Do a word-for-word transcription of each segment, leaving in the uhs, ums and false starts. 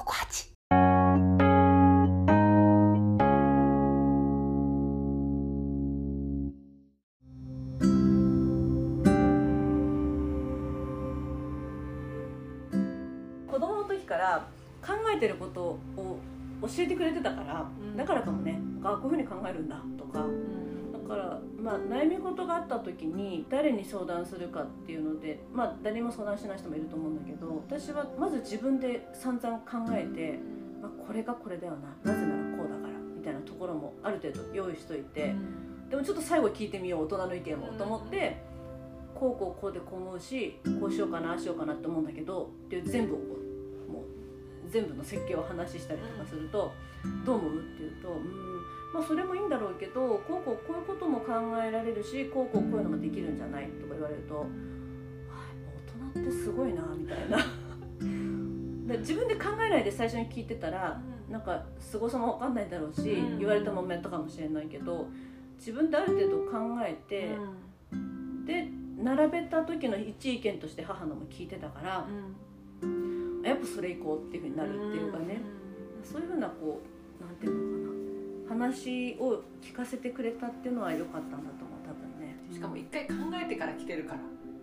コハチ。子供の時から考えてることを教えてくれてたから、うん、だからかもね、あ、こういうふうに考えるんだとか、うん、だから、まあ、悩み事があった時に誰に相談するかっていうので、まあ、誰も相談しない人もいると思うんだけど、私はまず自分で散々考えて、まあ、これがこれだよな、なぜならこうだからみたいなところもある程度用意しといて、うん、でもちょっと最後聞いてみよう、大人の意見もと思って、うん、こうこうこうでこう思うし、こうしようかなああしようかなって思うんだけどっていう全部をこう全部の設計を話したりとかすると、うん、どう思うっていうと、うん、まあそれもいいんだろうけど、こうこうこういうことも考えられるし、こうこうこういうのもできるんじゃないとか言われると、はい、大人ってすごいなみたいなで自分で考えないで最初に聞いてたら、うん、なんかすごさも分かんないだろうし、うん、言われたもんやったかもしれないけど、自分である程度考えて、うん、で並べた時の一意見として母のも聞いてたから、うん、やっぱそれ行こうっていう風になるっていうかね、うん、そういう風なこうなんていうのかな、話を聞かせてくれたっていうのは良かったんだと思う、多分ね。 しかも一回考えてから来てるから、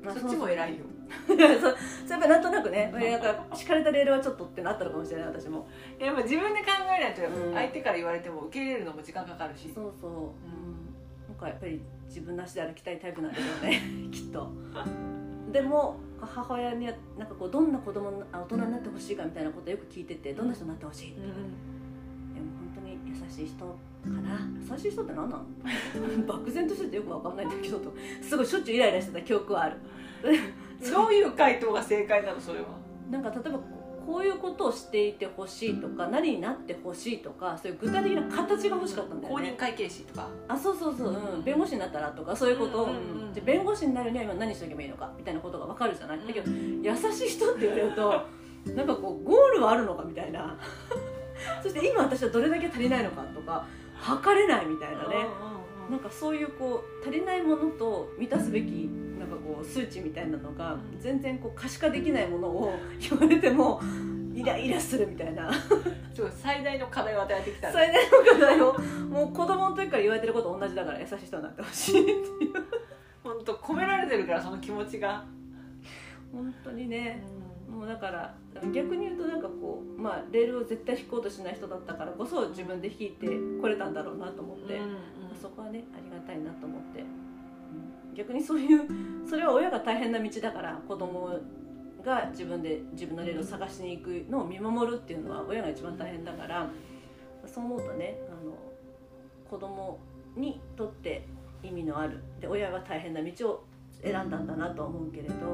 そっちも偉いよそうそうそうそれやっぱなんとなくね、なんか敷かれたレールはちょっとってなったのかもしれない、私も。 やっぱ自分で考えないと相手から言われても受け入れるのも時間かかるし、 そうそう、うん、なんかやっぱり自分なしで歩きたいタイプなんだよねきっと。でも母親にはなんかこうどんな子供大人になってほしいかみたいなことをよく聞いてて、どんな人になってほしいって、うん、でも本当に優しい人かな。優しい人って何なの漠然としててよく分かんないんだけどと、すごいしょっちゅうイライラしてた記憶はあるどういう回答が正解なのそれは。 なんか例えばこういうことをしていてほしいとか、何になってほしいとか、そういう具体的な形が欲しかったんだよね。 公認会計士とか、 あ、そうそうそう、うん、弁護士になったらとか、そういうことを、うんうんうん、で弁護士になるには今何しとけばいいのかみたいなことが分かるじゃない、うん、だけど優しい人って言われるとなんかこうゴールはあるのかみたいなそして今私はどれだけ足りないのかとか測れないみたいなね、うんうんうん、なんかそういうこう足りないものと満たすべきなんかこう数値みたいなのが全然こう可視化できないものを言われてもイライラするみたいな最大の課題を与えてきた、ね、 最大の課題をもう子供の時から言われてること同じだから、優しい人になってほしいっていう本当込められてるから、その気持ちが本当にね、うん、もうだから逆に言うとなんかこう、まあ、レールを絶対引こうとしない人だったからこそ自分で引いてこれたんだろうなと思って、うんうん、そこはねありがたいなと思って、うん、逆にそういうそれは親が大変な道だから、子供が自分で自分のレールを探しに行くのを見守るっていうのは親が一番大変だから、そう思うとね、あの子供にとって意味のあるで、親が大変な道を選んだんだなと思うけれど、ね、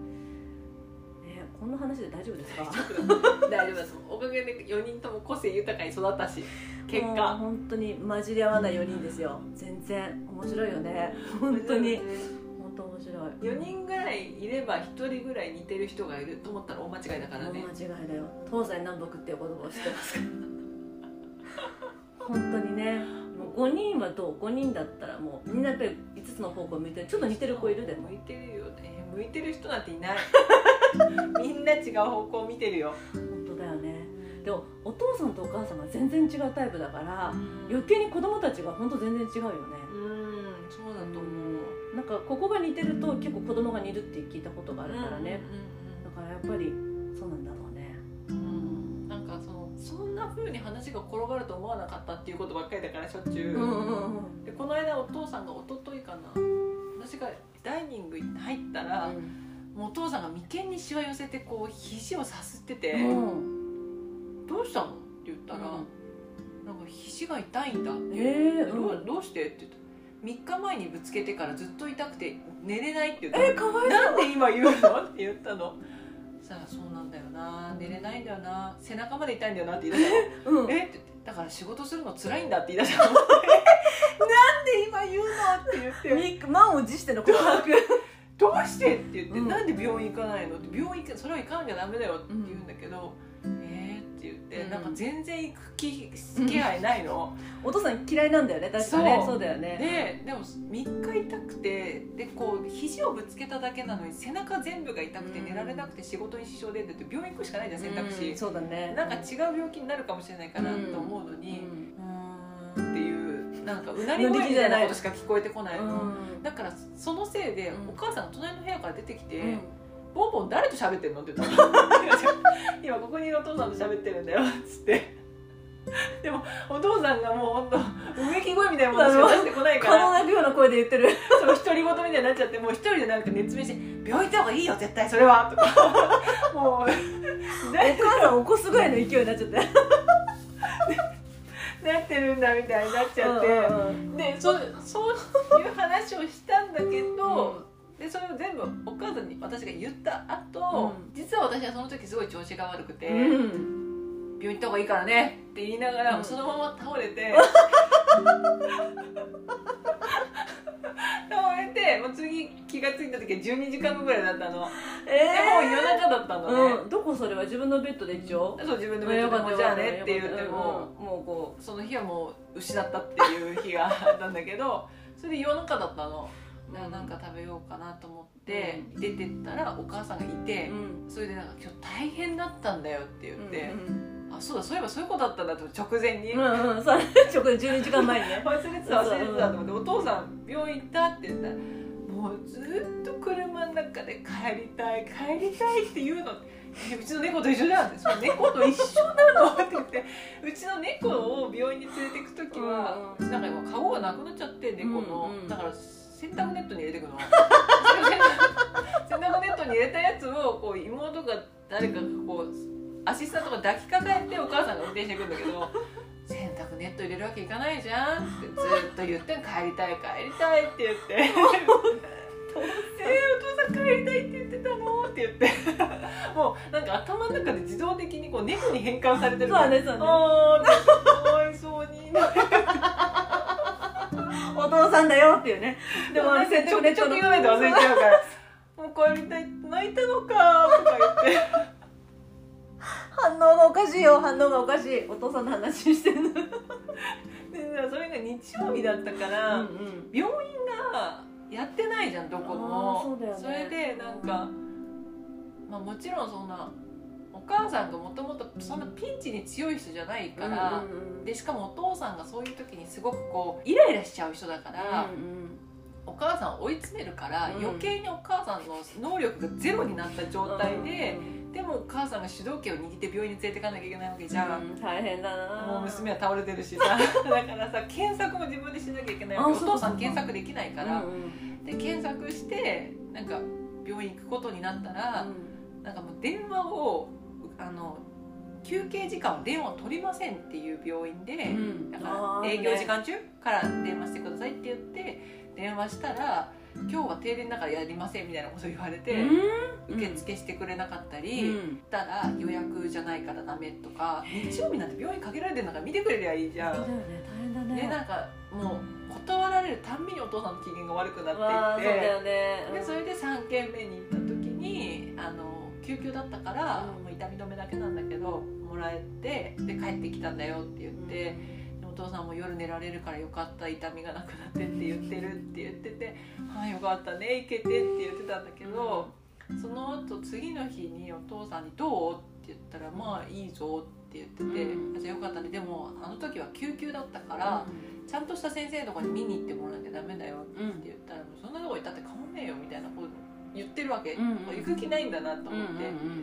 こんな話で大丈夫ですか大丈夫です。おかげでよにんとも個性豊かに育ったし、結果本当に混じり合わないよにんですよ。全然面白いよね本当に本当面白い。 よにんぐらいいればひとりぐらい似てる人がいると思ったら大間違いだからね。 大間違いだよ。東西南北っていう言葉を知ってますから本当にね、もうごにんはどうごにんだったらもうみんなやっぱりいつつの方向を向いてる。ちょっと似てる子いるでも。 向いてるよね。向いてる人なんていないみんな違う方向を見てるよ。 本当だよね。でもお父さんとお母さんが全然違うタイプだから、余計に子供たちが本当全然違うよね。 うん、そうだと思う。 なんかここが似てると結構子供が似るって聞いたことがあるからね、うんうんうん、だからやっぱりそうなんだろうね、 うん、なんかそのそんな風に話が転がると思わなかったっていうことばっかりだから、しょっちゅう、うんうんうん、でこの間お父さんが一昨日かな、私がダイニングに入ったら、うん、もうお父さんが眉間にしわ寄せてこう肘をさすってて、うん、どうしたのって言ったら、うん、なんか肘が痛いんだって、えー、どう、どうしてって言ったら、みっかまえにぶつけてからずっと痛くて寝れないって言ったの。 えー、かわいそう。 なんで今言うのって言ったの。さあ、そうなんだよな、寝れないんだよな、背中まで痛いんだよなって言い出したの、うん、えって言って、だから仕事するの辛いんだって言い出したのなんで今言うのって言って満を持しての告白どうしてって言って、うん、なんで病院行かないのって、病院行く、それは行かなきゃダメだよって言うんだけど、うん、えーって言って、 なんか全然行く気気配ないのお父さん嫌いなんだよね確かね。そうだよね。 ででもみっか痛くてでこう肘をぶつけただけなのに背中全部が痛くて寝られなくて仕事に支障出てて病院行くしかないじゃん選択肢、 うん、そうだね。 なんか違う病気になるかもしれないかなと思うのに、うん、うーんっていうなんかうなり声みたいなことしか聞こえてこないの、うん、だからそのせいでお母さんが隣の部屋から出てきて、うん、ボンボン誰と喋ってんのって言ったの今ここにいるお父さんと喋ってるんだよっつってでもお父さんがもうほんとうめき声みたいなものしか出してこないから顔泣くような声で言ってるその独り言みたいになっちゃってもう一人でなんか熱弁して病院行った方がいいよ絶対それはとかもうお母さん起こすぐらいの勢いになっちゃってなってるんだみたいになっちゃって、うんうん、で そ, そういう話をしたんだけど、うん、でそれを全部お母さんに私が言った後、うん、実は私はその時すごい調子が悪くて、うん、病院行った方がいいからねって言いながら、うん、そのまま倒れて倒れてもう次気がついた時はじゅうにじかんごぐらいだったの、えー、でもう夜中だったのね、 うん、どこそれは自分のベッドで一応そう自分のベッドでもじゃあねって言っても、うん、もうこうその日はもう失ったっていう日があったんだけどそれで夜中だったのなんか食べようかなと思って出てったらお母さんがいて、うん、それでなんか今日大変だったんだよって言って、うんうん、あそうだそういえばそういうことだったんだと直前に、 うんうん、それ直前じゅうにじかんまえにね忘れてた忘れてたと思って、お父さん病院行ったって言ったらもうずっと車の中で帰りたい帰りたいって言うのうちの猫と一緒じゃんってその猫と一緒なのって言ってうちの猫を病院に連れて行く時は、うんうん、なんか今カゴがなくなっちゃって猫の、うんうん、だから洗濯ネットに入れてくの洗濯ネットに入れたやつをこう妹が誰かがこうアシスタントが抱きかかえてお母さんが運転していくんだけど洗濯ネット入れるわけいかないじゃんってずっと言って帰りたい帰りたいって言ってえー、お父さん帰りたいって言ってたのって言ってもうなんか頭の中で自動的にこう猫に変換されてるそうねそうねあーかわいそうにお父さんだよっていうねでも洗濯ネットの言わないと忘れちゃうからもう帰りたい泣いたのかとか言って反応がおかしいよ反応がおかしいお父さんの話してるのでそれが日曜日だったから、うんうん、病院がやってないじゃんどこもそうだよね、 それでなんか、まあ、もちろんそんなお母さんがもともとそんなピンチに強い人じゃないから、うんうんうん、でしかもお父さんがそういう時にすごくこうイライラしちゃう人だから、うんうん、お母さんを追い詰めるから、うん、余計にお母さんの能力がゼロになった状態で、うんうん、でもお母さんが主導権を握って病院に連れていかなきゃいけないわけじゃん、うん、 大変だなもう娘は倒れてるしさだからさ検索も自分でしなきゃいけないわけお父さん検索できないから、うんうん、で検索してなんか病院行くことになったら、うん、なんかもう電話をあの休憩時間は電話を取りませんっていう病院で、うん、だから営業時間中から電話してくださいって言って電話したら今日は停電だからやりませんみたいなこと言われて、うん、受付してくれなかったり、うん、たら予約じゃないからダメとか日曜日なんて病院かけられてるんだから見てくれりゃいいじゃん。 そうだよね大変だね。 でなんかもう断られるたんびにお父さんの機嫌が悪くなっていって、 そうだよね、 うん、でそれでさんけんめに行った時にあの救急だったから、うん、もう痛み止めだけなんだけどもらえてで帰ってきたんだよって言って、うん、お父さんも夜寝られるからよかった痛みがなくなってって言ってるって言っててああよかったね行けてって言ってたんだけど、うん、その後次の日にお父さんにどうって言ったらまあいいぞって言ってて、うん、じゃあよかったねでもあの時は救急だったから、うん、ちゃんとした先生のとこに見に行ってもらわなきゃダメだよって言ったら、うん、そんなとこ行ったって変わんねえよみたいなこと言ってるわけ、うんうん、行く気ないんだなと思って、うんうんうん、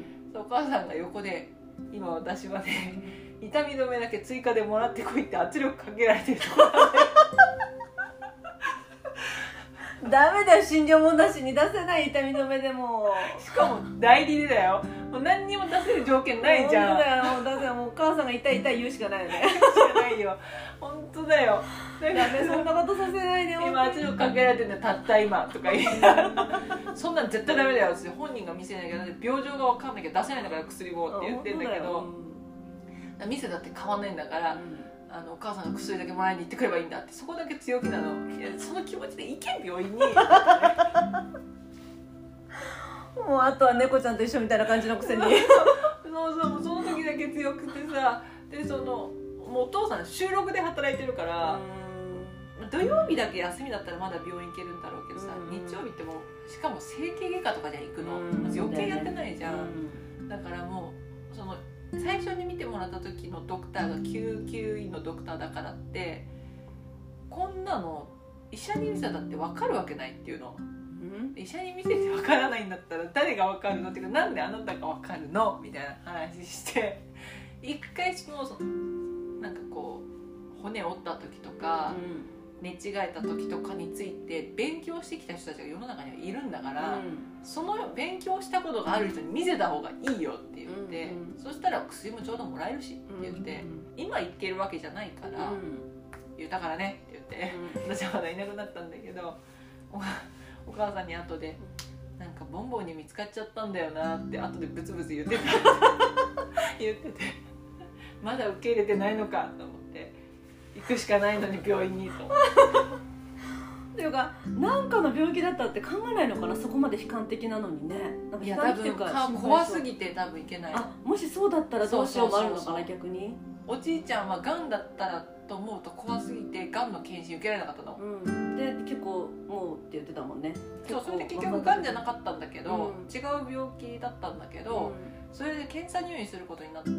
そうお母さんが横で今私はね痛み止めだけ追加でもらってこいって圧力かけられてるところダメだよ診療もなしに出せない痛み止めでもしかも代理でだよもう何にも出せる条件ないじゃん。 本当だよもうだからもうお母さんが痛い痛い言うしかないよねしかないよ本当だよだからねそんなことさせないで今圧力かけられてるのたった今とか言ってそんなん絶対ダメだよって本人が見せないけど病状が分かんなきゃ出せないんだから薬をって言ってんだけど店だって変わんないんだから、うん、あのお母さんが薬だけもらいに行ってくればいいんだってそこだけ強気なの。いやその気持ちで行けん病院にもうあとは猫ちゃんと一緒みたいな感じのくせにそうそうその時だけ強くてさでそのもうお父さん週ろくで働いてるから、土曜日だけ休みだったらまだ病院行けるんだろうけどさ、日曜日ってもうしかも整形外科とかじゃ行くの、余計やってないじゃん。だからもうその最初に見てもらった時のドクターが救急医のドクターだからってこんなの医者に見せたって分かるわけないっていうの、うん、医者に見せて分からないんだったら誰が分かるのっていうか、なんであなたが分かるのみたいな話して一回そのなんかこう骨折った時とか、うん、寝違えた時とかについて勉強してきた人たちが世の中にはいるんだから、うん、その勉強したことがある人に見せた方がいいよって言って、うん、そしたら薬もちょうどもらえるしって言って、うん、今行けるわけじゃないから、うん、言うだからねって言って、うん、私はまだいなくなったんだけど、お, お母さんに後でなんかボンボンに見つかっちゃったんだよなって後でブツブツ言ってた言っててまだ受け入れてないのかと思って行くしかないのに病院にと思ってというか何かの病気だったって考えないのかな、そこまで悲観的なのにね。なんか悲観っていうか怖すぎて多分いけない。 あ、もしそうだったらどうしようもあるのかな。逆におじいちゃんはがんだったらと思うと怖すぎてがんの検診受けられなかったの、 うん、で結構もうって言ってたもんね。 そう、それで結局がんじゃなかったんだけど、うん、違う病気だったんだけど、うん、それで検査入院することになって、うん、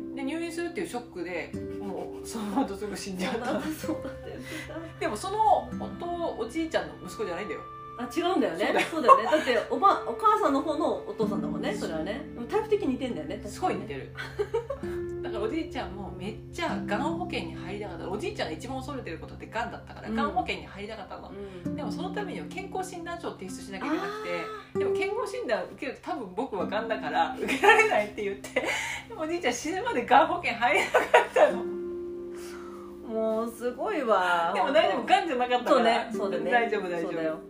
で入院するっていうショックでもうその後すぐ死んじゃった。 そうだって言ってた。 でもその夫おじいちゃんの息子じゃないんだよ。 あ、違うんだよね。そうだよね。だっておばお母さんの方のお父さんだもんね。それはね。タイプ的に似てんだよね。 すごい似てる。だからおじいちゃんもめっちゃがん保険に入りたかった。おじいちゃんが一番恐れてることってがんだったから、うん、がん保険に入りたかったの、うん、でもそのためには健康診断書を提出しなきゃいけなくて、でも健康診断受けると多分僕はがんだから受けられないって言って、でもおじいちゃん死ぬまでがん保険入れなかったの。 もうすごいわ。 でも大丈夫、がんじゃなかったから。そうね、そうだね、大丈夫大丈夫。そうだよ。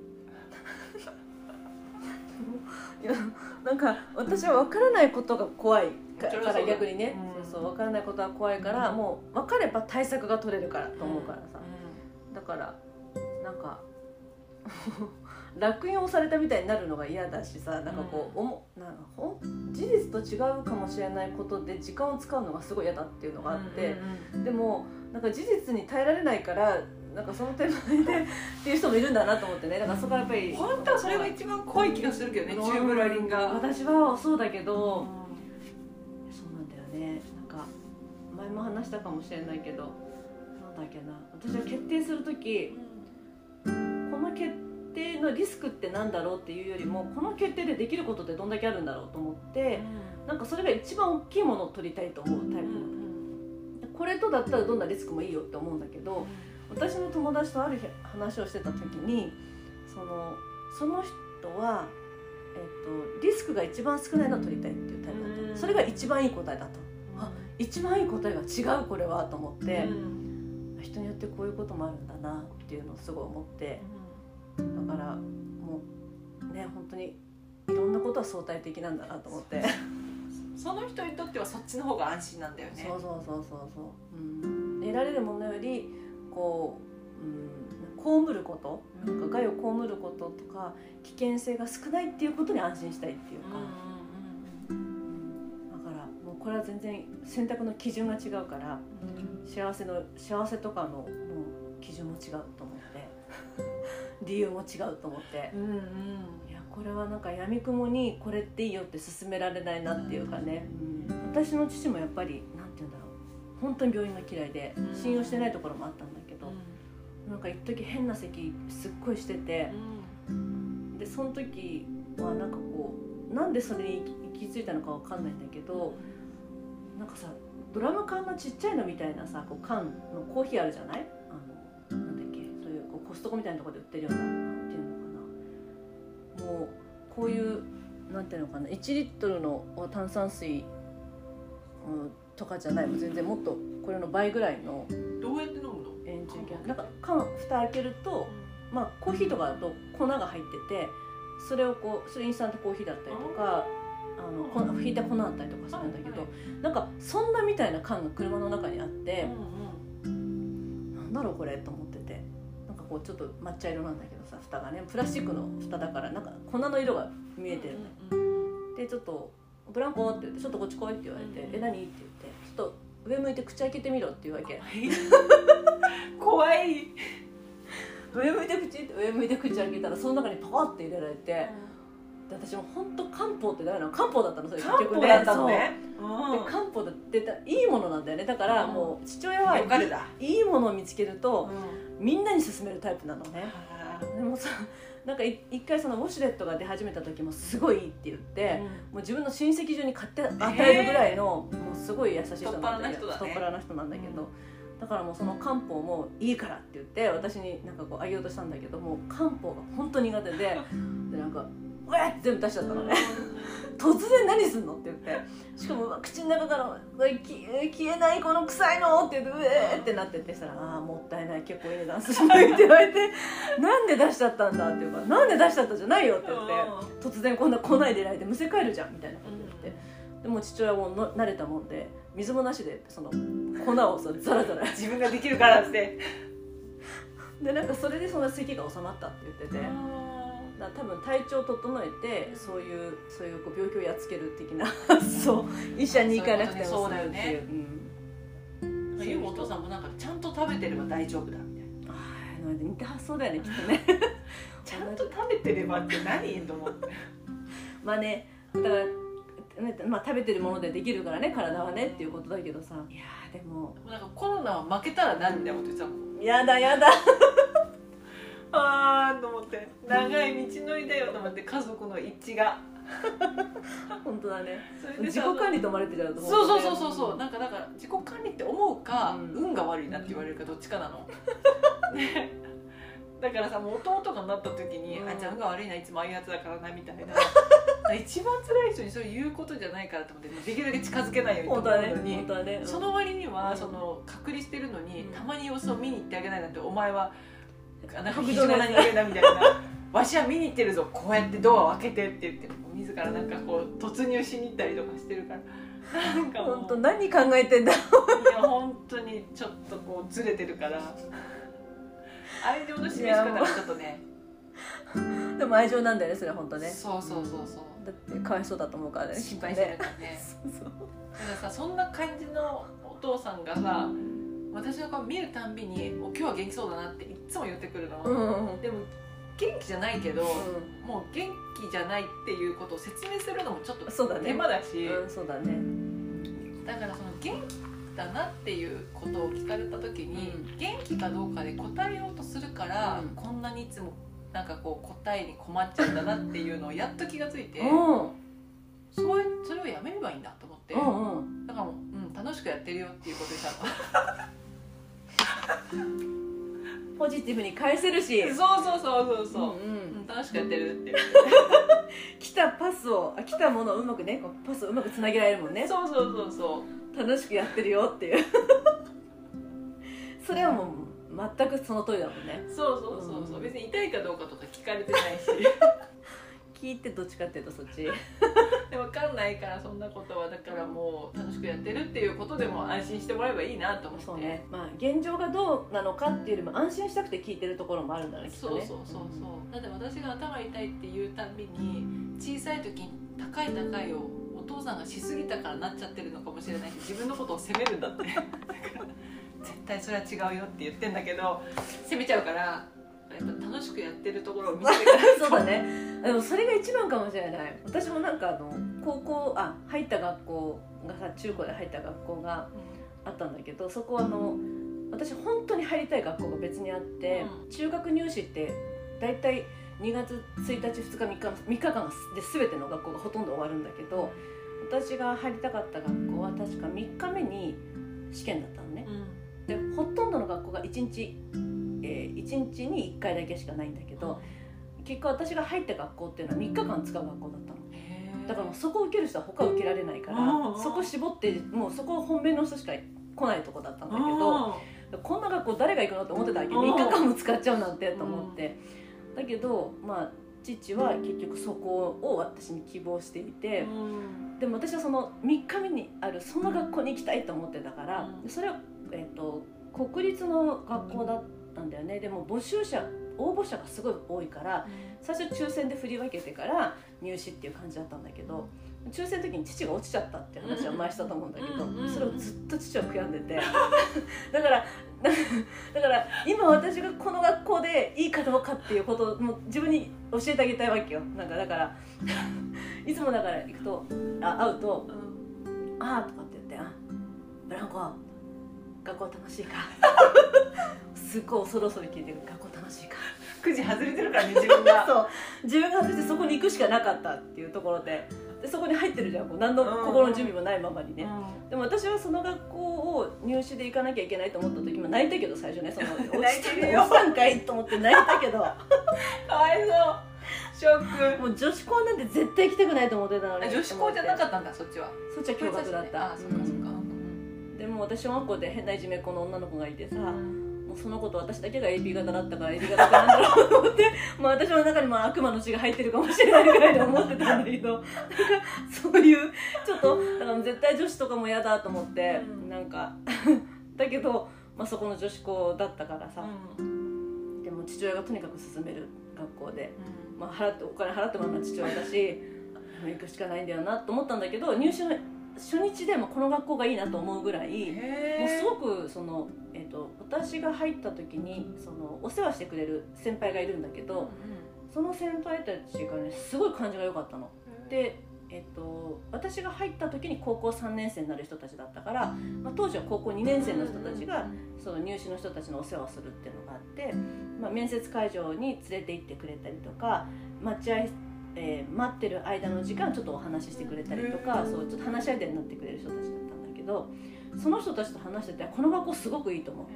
いや、なんか私は分からないことが怖いから逆にね、うん、そうそう、分からないことは怖いから、うん、もう分かれば対策が取れるからと思うからさ、うん、だからなんか落用されたみたいになるのが嫌だしさ、なんかこう、うん、おもなんか事実と違うかもしれないことで時間を使うのがすごい嫌だっていうのがあって、うんうんうん、でもなんか事実に耐えられないからなんかその手前でっていう人もいるんだなと思ってね。だからそこはやっぱり本当はそれが一番怖い気がするけどね、チューブラリンが。 私はそうだけど、うん、そうなんだよね。なんか前も話したかもしれないけど、なんだっけな、私は決定するとき、うん、この決定のリスクってなんだろうっていうよりも、この決定でできることってどんだけあるんだろうと思って、うん、なんかそれが一番大きいものを取りたいと思うタイプなんだ、うん、これとだったらどんなリスクもいいよって思うんだけど、私の友達とある日話をしてた時に、その、その人は、えっと、リスクが一番少ないのを取りたいっていうタイプだった。それが一番いい答えだと。あ、一番いい答えが違うこれはと思って、人によってこういうこともあるんだなっていうのをすごい思って、だからもうね、本当にいろんなことは相対的なんだなと思ってその人にとってはそっちの方が安心なんだよね。 そうそうそうそうそう、うん、得られるものよりこう、うん、被ること、なんか害を被ることとか危険性が少ないっていうことに安心したいっていうか、うんうん、だからもうこれは全然選択の基準が違うから、うん、幸せの幸せとかのもう基準も違うと思って理由も違うと思って、うんうん、いやこれはなんか闇雲にこれっていいよって勧められないなっていうかね、うん、私の父もやっぱりなんて言うんだろう、本当に病院が嫌いで信用してないところもあったんだけど、うん、なんか一時変な咳すっごいしてて、うん、でその時はなんかこうなんでそれに行き着いたのかわかんないんだけど、うん、なんかさドラム缶のちっちゃいのみたいなさこう缶のコーヒーあるじゃない、あのなんだっけ、そういうこうコストコみたいなところで売ってるような、なんていうのかな、もうこういうなんていうのかな、いちリットルの炭酸水、うん、とかじゃない、もう全然もっとこれの倍ぐらいの。 どうやって飲むの？ 円柱形なんか缶蓋開けると、うん、まあコーヒーとかだと粉が入ってて、それをこうそれインスタントコーヒーだったりとか、あのこ引いた粉だったりとかするんだけど、はいはい、なんかそんなみたいな缶が車の中にあって、うんうん、なんだろうこれと思ってて、なんかこうちょっと抹茶色なんだけどさ、蓋がねプラスチックの蓋だからなんか粉の色が見えてるの、うんうん、でちょっとブランコって言ってちょっとこっち来いって言われて、うんうん、え何って言ってちょっと上向向いて口開けてみろって言うわけ怖い。 上向いて口上向いて口開けたらその中にパワって入れられて、で私も本当漢方って誰なの漢方だったのそれ結局ね。漢方だったのね。 で漢方っていいものなんだよね。だからもう父親はいい、いいものを見つけると、うん、みんなに勧めるタイプなのね。でもさなんか一回そのウォシュレットが出始めた時もすごいいいって言って、うん、もう自分の親戚中に買って与えるぐらいの、えー、もうすごい優しい人なんだけど、太っ腹な人なんだけど、うん、だからもうその漢方もいいからって言って私になんかこうあげようとしたんだけども漢方が本当に苦手ででなんかうわーって全部出しちゃったのね突然何すんのって言ってしかも口の中から消えないこの臭いのって言ってうえーってなってってしたらああもったいない結構いい値段するって言われてなんで出しちゃったんだっていうかなんで出しちゃったじゃないよって言って突然こんな来ないでいられてむせ返るじゃんみたいなこと言ってでも父親もの慣れたもんで水もなしでその粉をさザラザラ自分ができるからってでなんかそれでその咳が収まったって言っててだ多分体調を整えてそういうそういうこう病気をやっつける的なそう医者に行かなくてもそうだよね。ゆうもお父さんもなんかちゃんと食べてれば大丈夫だみたいな。ああ似た発想だよねきっとねちゃんと食べてればって何と思ってまあねだからまあ、食べてるものでできるからね体はねっていうことだけどさいやでもなんかコロナは負けたら何だよって言ってたもん。 やだやだあーと思って長い道のりだよと思って家族の一致が本当だね自己管理と思われてると思う、 ね、そうそうそうそうそうなんかだから自己管理って思うか、うん、運が悪いなって言われるかどっちかなの、ね、だからさもう弟がなった時に、うん、あじゃあ運が悪いないつもああいうやつだからなみたいな一番辛い人にそれ言うことじゃないからと思ってできるだけ近づけないようにと思うのに、ねねうん、その割には、うん、その隔離してるのに、うん、たまに様子を見に行ってあげないなんてお前はなんか非常な人間だみたいなわしは見に行ってるぞこうやってドアを開けてって言って自らなんかこう突入しに行ったりとかしてるからなんかもう本当何考えてんだろういや本当にちょっとこうずれてるから愛情の示し方がちょっとねでも愛情なんだよねそれは本当ねそうそうそうそうだってかわいそうだと思うからね心配してるからねそうそうだからさそんな感じのお父さんがさ私の顔見るたんびにもう今日は元気そうだなっていつも言ってくるの、うんうん、でも元気じゃないけど、うん、もう元気じゃないっていうことを説明するのもちょっと手間だし、 うん、そうだねだからその元気だなっていうことを聞かれた時に、うん、元気かどうかで答えようとするから、うん、こんなにいつもなんかこう答えに困っちゃうんだなっていうのをやっと気がついて、うん、そうそれをやめればいいんだと思って、うんうん、だからもう、うん、楽しくやってるよっていうことでしたポジティブに返せるしそうそうそうそうそう、うんうん、楽しくやってるって来たパスを来たものをうまくねこうパスをうまくつなげられるもんねそうそうそうそう楽しくやってるよっていうそれはもう全くその通りだもんねそうそうそうそう、うん、別に痛いかどうかとか聞かれてないし聞いてどっちかっていうとそっちで分かんないからそんなことはだからもう楽しくやってるっていうことでも安心してもらえばいいなと思ってそうねまあ現状がどうなのかっていうよりも安心したくて聞いてるところもあるんだねきっとねそうそうそうそう、うん、だって私が頭痛いって言うたびに小さい時に高い高いをお父さんがしすぎたからなっちゃってるのかもしれないし自分のことを責めるんだってだから絶対それは違うよって言ってんだけど責めちゃうからやっぱ楽しくやってるところを見せてくださいそうだねでもそれが一番かもしれない私もなんかあの高校あ入った学校がさ中高で入った学校があったんだけどそこはあの私本当に入りたい学校が別にあって、うん、中学入試ってだいたいにがつついたちふつかみっかみっかかんで全ての学校がほとんど終わるんだけど私が入りたかった学校は確かみっかめに試験だったのね、うん、でほとんどの学校がいちにちえー、いちにちにいっかいだけしかないんだけど、うん、結果私が入った学校っていうのはみっかかん使う学校だったのだからもうそこを受ける人は他受けられないからそこ絞ってもうそこ本命の人しか来ないとこだったんだけどこんな学校誰が行くのって思ってたわけみっかかんも使っちゃうなんてと思ってだけどまあ父は結局そこを私に希望していてでも私はそのみっかめにあるその学校に行きたいと思ってたからそれは、えーと、国立の学校だったんだよねでも募集者応募者がすごい多いから最初抽選で振り分けてから入試っていう感じだったんだけど中学生の時に父が落ちちゃったって話は前したと思うんだけど、 うんうん、 それをずっと父は悔やんでてだからだから今私がこの学校でいいかどうかっていうことをもう自分に教えてあげたいわけよ。なんかだからいつもだから行くとあ会うと、うん、あーとかって言って、あブランコ学校楽しいかすっごい恐る恐る聞いてる、学校楽しいかくじ外れてるからね自分がそう自分が外れてそこに行くしかなかったっていうところで、でそこに入ってるじゃん、こう何の心の準備もないままにね、うん、でも私はその学校を入試で行かなきゃいけないと思った時も泣いたけど、最初ねその泣いてるよ落ちたんかいと思って泣いたけどかわいそうショック。 もう女子校なんて絶対行きたくないと思ってたのに。 女子校じゃなかったんだそっちは。 そっちは共学だった。 あ、そっかそっか、うん、 でも私小学校で変ないじめっ子の女の子がいてさ、もうその子と私だけが エーピー 型だったから エーピー 型かなんだろうと思ってもう私の中にも悪魔の血が入ってるかもしれないぐらいで思ってたんだけどなんかそういうちょっとだから絶対女子とかも嫌だと思って、うん、なんかだけど、まあ、そこの女子校だったからさ、うん、でも父親がとにかく勧める学校で、うん、まあ、払ってお金払ってもらうのは父親だし行くしかないんだよなと思ったんだけど、入試の初日でもこの学校がいいなと思うぐらい、もうすごくその、えーと、私が入った時にそのお世話してくれる先輩がいるんだけど、うん、その先輩たちがねすごい感じが良かったの。で、えーと、私が入った時に高校さんねん生になる人たちだったから、まあ、当時は高校にねん生の人たちがその入試の人たちのお世話をするっていうのがあって、まあ、面接会場に連れて行ってくれたりとか、待合えー、待ってる間の時間ちょっとお話ししてくれたりとか、そうちょっと話し相手になってくれる人たちだったんだけど、その人たちと話しててこの学校すごくいいと思って、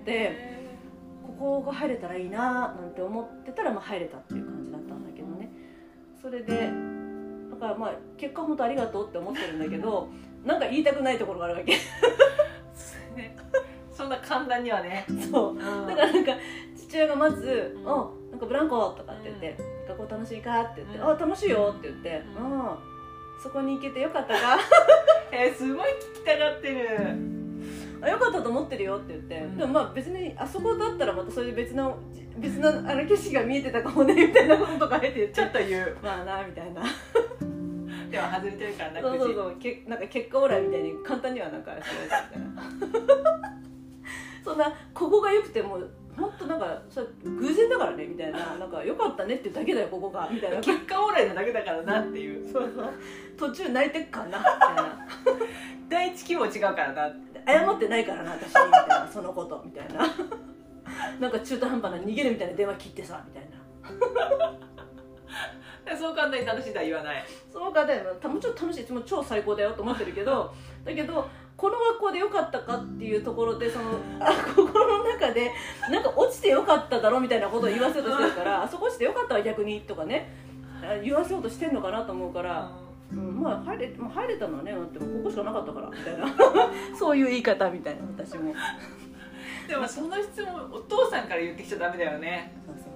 ここが入れたらいいななんて思ってたら、まあ、入れたっていう感じだったんだけどね。それでだからまあ結果本当ありがとうって思ってるんだけどなんか言いたくないところがあるわけそんな簡単にはね。 そう、うん、だからなんか父親がまず「あ、なんかブランコ」とかって言って、うん、学校楽しいかって言って、うん、あ楽しいよって言って、うん、そこに行けてよかったかえー、すごい聞きたがってる。 あよかったと思ってるよって言って、うん、でもまあ別にあそこだったらまたそれで別の別のあの景色が見えてたかもねみたいなこととかあえて言ってちょっと言うまあなみたいなでも外れてるからな。 そうそうそうけなんか結果オーライみたいに簡単にはなんかしないみたいなそんなここが良くても本当なんかそれ偶然だからねみたいな、なんか良かったねっていうだけだよここがみたいな結果オーライなだけだからなっていう、 そうそう途中泣いてっかなみたいな第一希望違うからな、 謝ってないからな私にみたいなそのことみたいななんか中途半端な逃げるみたいな電話切ってさみたいなそう簡単に楽しいとは言わない。 そう簡単にもちろん楽しい、いつも超最高だよと思ってるけどだけどこの学校で良かったかっていうところでそのあ心の中でなんか落ちて良かっただろみたいなことを言わせようとしてるからあそこ落ちて良かったら逆にとかね言わせようとしてんのかなと思うから、うん、まあ入れ、まあ、入れたのはね、でもここしかなかったからみたいなそういう言い方みたいな私もでもその質問お父さんから言ってきちゃダメだよね。そうそうそう、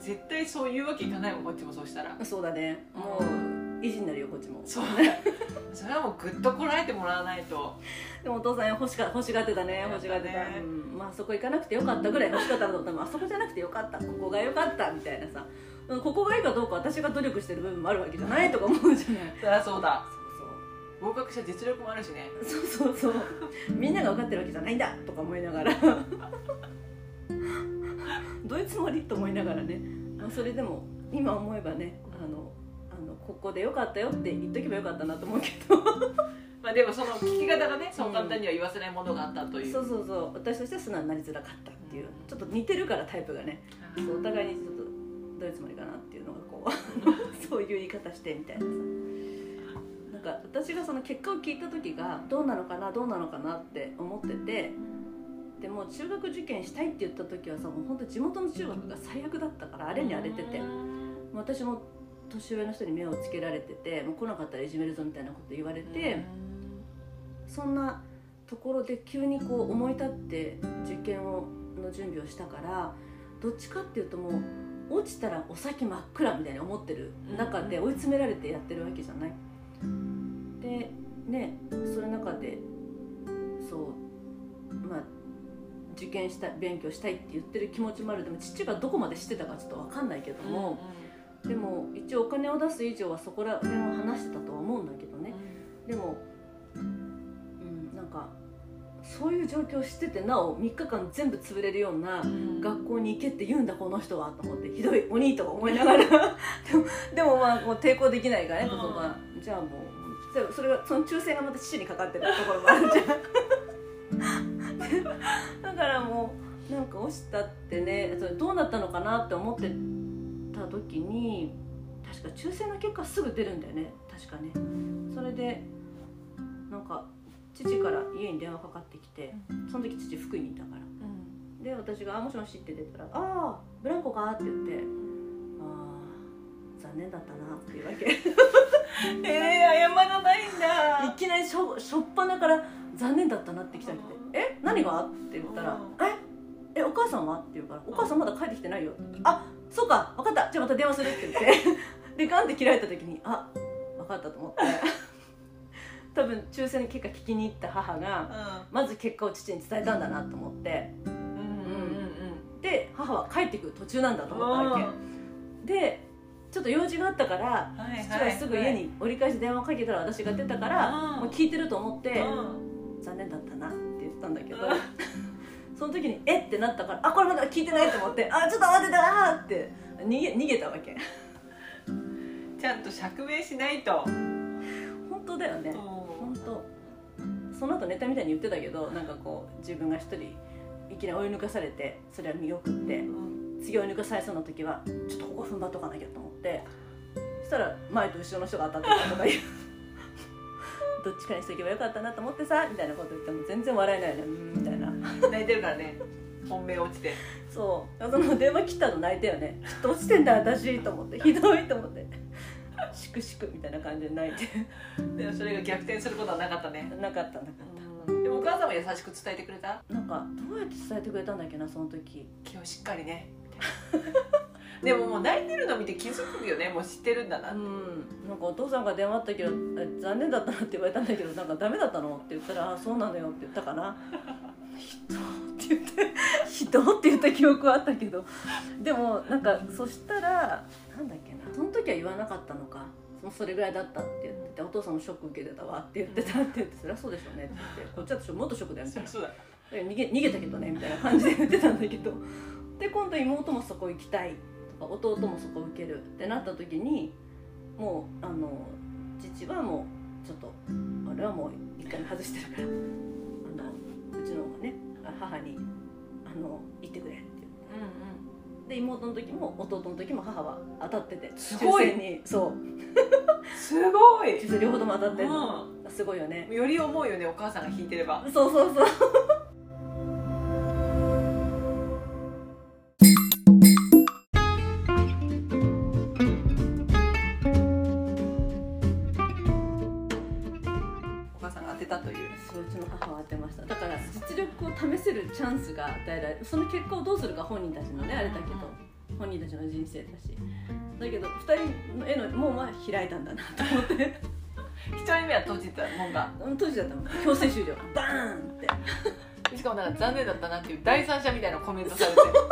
絶対そういうわけいかないもんこっちも。そうしたらそうだね、もう意地になるよこっちも。 そうそれはもうグッとこらえてもらわないと。 でもお父さん欲しが欲しがってたね、欲しがってた、うん、まあそこ行かなくてよかったぐらい欲しかったと思ったらあそこじゃなくてよかった、ここがよかったみたいなさ、ここがいいかどうか私が努力してる部分もあるわけじゃないとか思うじゃない。 そりゃそうだ。合格した実力もあるしね。 そうそうそうみんなが分かってるわけじゃないんだとか思いながらどういうつもりと思いながらね、まあ、それでも今思えばね、あのあのここでよかったよって言っとけばよかったなと思うけどまあでもその聞き方がね、そう簡単には言わせないものがあったという、 うん、そうそうそう、私としては素直になりづらかったっていう、うん、ちょっと似てるからタイプがね、うん、そうお互いにちょっとどういうつもりかなっていうのがこうそういう言い方してみたいなさ、なんか私がその結果を聞いた時がどうなのかなどうなのかなって思ってて、でも中学受験したいって言った時はさ、もう本当地元の中学が最悪だったから荒れに荒れてて、私も年上の人に目をつけられてて、もう来なかったらいじめるぞみたいなこと言われて、そんなところで急にこう思い立って受験をの準備をしたから、どっちかっていうともう落ちたらお先真っ暗みたいに思ってる中で追い詰められてやってるわけじゃない。でね、その中でそうまあ受験した勉強したいって言ってる気持ちもある。でも父がどこまで知ってたかちょっと分かんないけども、うんうん、でも一応お金を出す以上はそこら辺を話してたとは思うんだけどね、 でも、うん、なんかそういう状況を知っててなおみっかかん全部潰れるような学校に行けって言うんだこの人はと思ってひどい鬼とか思いながらでも、でもまあもう抵抗できないからね、うん、まあ、じゃあもうそれはその抽選がまた父にかかってるところもあるじゃんだからもうなんか落ちたってね、それどうなったのかなって思ってた時に確か抽選の結果すぐ出るんだよね、確かね。それでなんか父から家に電話かかってきて、その時父福井にいたから、うん、で私が「あもしもし」って出たら「ああブランコか?」って言って「ああ残念だったな」っていうわけえー、謝らないんだ。 いきなりしょしょっぱなから残念だったなって来たりして「え何が?」って言ったら「ええお母さんは?」って言うから「お母さんまだ帰ってきてないよ」って言って「あそうか分かったじゃあまた電話する」って言ってでガンって切られた時にあ分かったと思って多分抽選の結果聞きに行った母が、うん、まず結果を父に伝えたんだなと思って、うんうんうん、で母は帰ってくる途中なんだと思ったわけで、ちょっと用事があったから、はいはい、父はすぐ家に折り返し電話をかけたら私が出たから、もう聞いてると思って、うん、残念だったなって言ったんだけどその時にえってなったからあこれまだ聞いてないと思ってあちょっと待ってたなって逃げ、逃げたわけちゃんと釈明しないと。 本当だよね、本当。その後ネタみたいに言ってたけど、なんかこう自分が一人いきなり追い抜かされてそれは見送って、うん、次追い抜かされそうな時はちょっとここ踏ん張っとかなきゃと思って、そしたら前と後ろの人が当たってたとかいうどっちかにしとけばよかったなと思ってさみたいなこと言っても全然笑えないよね、うんみたいな泣いてるからね、本命落ちて。 そうその電話切ったの泣いたよね。ちょっと落ちてんだ私と思ってひどいと思ってしくしくみたいな感じで泣いてでもそれが逆転することはなかったね。 なかったなかった、うん、 でもお母さんも優しく伝えてくれた。 なんかどうやって伝えてくれたんだっけなその時。 気をしっかりねでももう泣いてるの見て気づくよね、もう知ってるんだなって、うん、なんかお父さんが電話あったけど残念だったなって言われたんだけどなんかダメだったのって言ったらあそうなのよって言ったかなひどって言ってひどって言った記憶はあったけどでもなんかそしたらなんだっけなその時は言わなかったのかそれぐらいだったって言っててお父さんもショック受けてたわって言ってたって言ってそりゃそうでしょうねって言ってこっちはもっとショックだよみたいなそうだ逃げ、逃げたけどねみたいな感じで言ってたんだけどで今度妹もそこ行きたいとか弟もそこ受けるってなった時にもうあの父はもうちょっと俺はもう一回外してるからあのうちの方がね母にあの行ってくれって言って、うんうん、で妹の時も弟の時も母は当たっててすごい抽選にそうすごい抽選両方とも当たってるの、うん、すごいよね。 より思うよねお母さんが引いてれば。 そうそうそう試せるチャンスが与えられる。その結果をどうするか本人たちのねあれだけど、本人たちの人生だしだけどふたりの絵の門は開いたんだなと思ってひとりめは閉じた門が閉じちゃったもん強制終了バーンってしかもなんか残念だったなっていう第三者みたいなコメントされ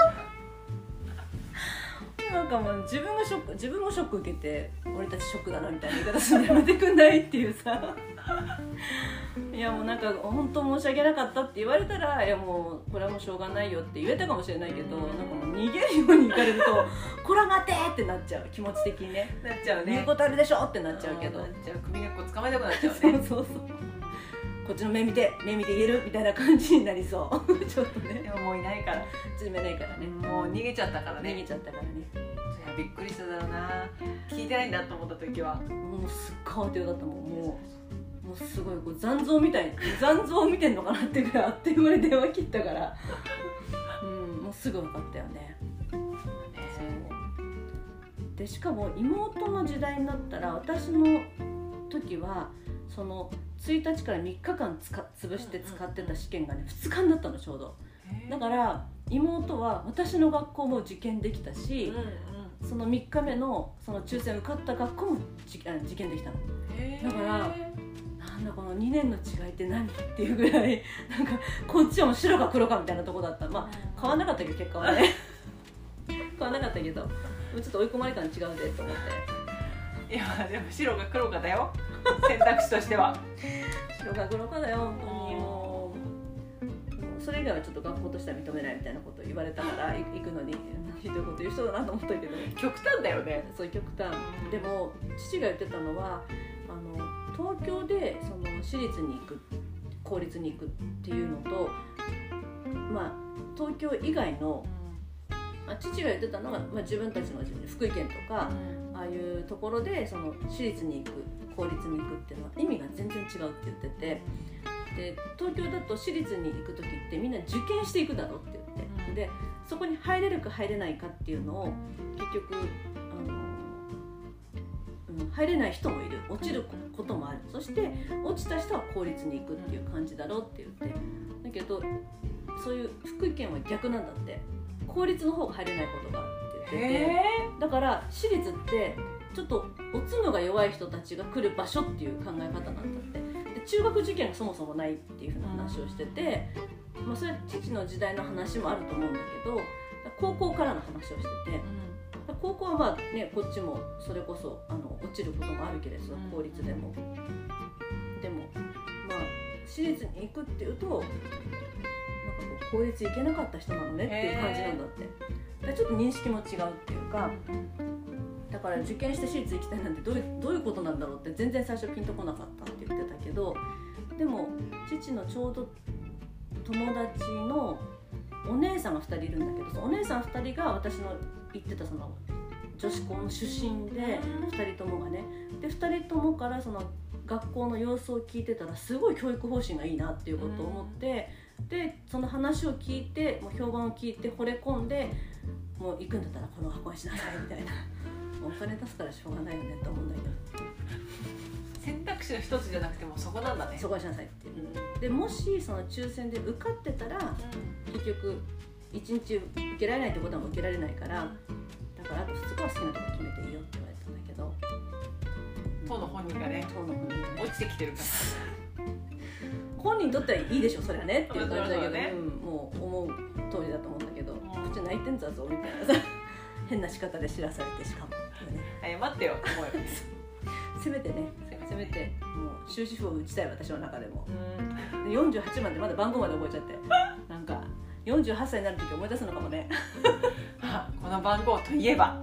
てなんかもう自分がショック自分もショック受けて俺たちショックだなみたいな言い方するのやめてくんないっていうさいやもうなんか本当申し訳なかったって言われたらいやもうこれはもうしょうがないよって言えたかもしれないけど、なんかもう逃げるように行かれるとこらがてってなっちゃう気持ち的にねなっちゃうね言うことあるでしょってなっちゃうけどなっちゃう首根っこ捕まえたくなっちゃうねそうそうそうこっちの目見て目見て言えるみたいな感じになりそうちょっとねでももういないから詰めないからねもう逃げちゃったからね逃げちゃったからねびっくりしただろうな聞いてないんだと思った時はもうすっごい慌てようだったもんもうもうすごいこう残像みたい残像を見てんのかなってぐらいあっという間に電話切ったからうんもうすぐ分かったよね。そうでしかも妹の時代になったら私の時はそのついたちからみっかかんつか潰して使ってた試験がねふつかになったのちょうど。だから妹は私の学校も受験できたし、うんうん、そのみっかめのその抽選受かった学校も受験できたの。だからなんだこのにねんの違いって何っていうぐらいなんかこっちはもう白か黒かみたいなとこだった。まあ変わんなかったけど結果はね変わんなかったけどちょっと追い込まれ感違うでと思っていやでも白か黒かだよ選択肢としては。 白か黒かだよ本当に。もうそれ以外はちょっと学校としては認めないみたいなことを言われたから行くのにひどいこと言う人だなと思ったけど、 極端だよね。 そう極端。でも父が言ってたのはあの東京でその私立に行く公立に行くっていうのと、まあ東京以外の、まあ、父が言ってたのが、まあ、自分たちの福井県とか、ああいうところでその私立に行く公立に行くっていうのは意味が全然違うって言ってて、で東京だと私立に行く時ってみんな受験していくだろって言って、でそこに入れるか入れないかっていうのを結局あの、うん、入れない人もいる、落ちることもある、そして落ちた人は公立に行くっていう感じだろうって言って、だけどそういう福井県は逆なんだって、公立の方が入れないことがあるって言ってて、だから私立ってちょっと落つのが弱い人たちが来る場所っていう考え方なんだって。で中学受験がそもそもないっていうふうな話をしてて、まあ、それは父の時代の話もあると思うんだけど、高校からの話をしてて、高校はまあねこっちもそれこそあの落ちることもあるけれど公立でも、でもまあ私立に行くっていうとなんかこう公立行けなかった人なのねっていう感じなんだって。だちょっと認識も違うっていうか、だから受験して私立行きたいなんてどういう、どういうことなんだろうって全然最初ピンとこなかったって言ってたけど、でも父のちょうど友達のお姉さんがふたりいるんだけど、そのお姉さんふたりが私の行ってたその女子校の出身でふたりともがね、でふたりともからその学校の様子を聞いてたらすごい教育方針がいいなっていうことを思って、でその話を聞いてもう評判を聞いて惚れ込んで、もう行くんだったらこの学校にしなさいみたいなお金出すからしょうがないよねと思うんだけど、 選択肢の一つじゃなくてもそこなんだね。 そこにしなさいっていう、うん、でもしその抽選で受かってたら、うん、結局いちにち受けられないってことは受けられないから、だからあとふつかは好きなとこ決めていいよって言われたんだけど、 当の本人がね、 当の本人がね落ちてきてるから本人にとってはいいでしょそれはねっていう感じだけど、 ね、 うん、もう思う通りだと思うんだけど、こっち泣いてんだぞみたいなさ変な仕方で知らされて、しかも、 ね、謝ってよ思うよせめてね、せめてもう終止符を打ちたい私の中でも、うん、よんじゅうはちばんでまだ番号まで覚えちゃってなんかよんじゅうはっさいになる時思い出すのかもねあ、この番号といえば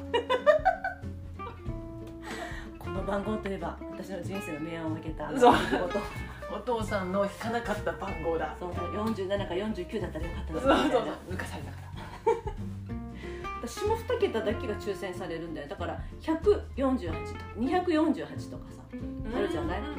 この番号といえば私の人生の明暗を分けたそうお父さんの引かなかった番号だ。 そうそう、よんじゅうななかよんじゅうきゅうだったらよかったなみたいな。そうそうそう、抜かされたから下に桁だけが抽選されるんだよ。だからひゃくよんじゅうはちとかにひゃくよんじゅうはちとかさあるじゃない、うん、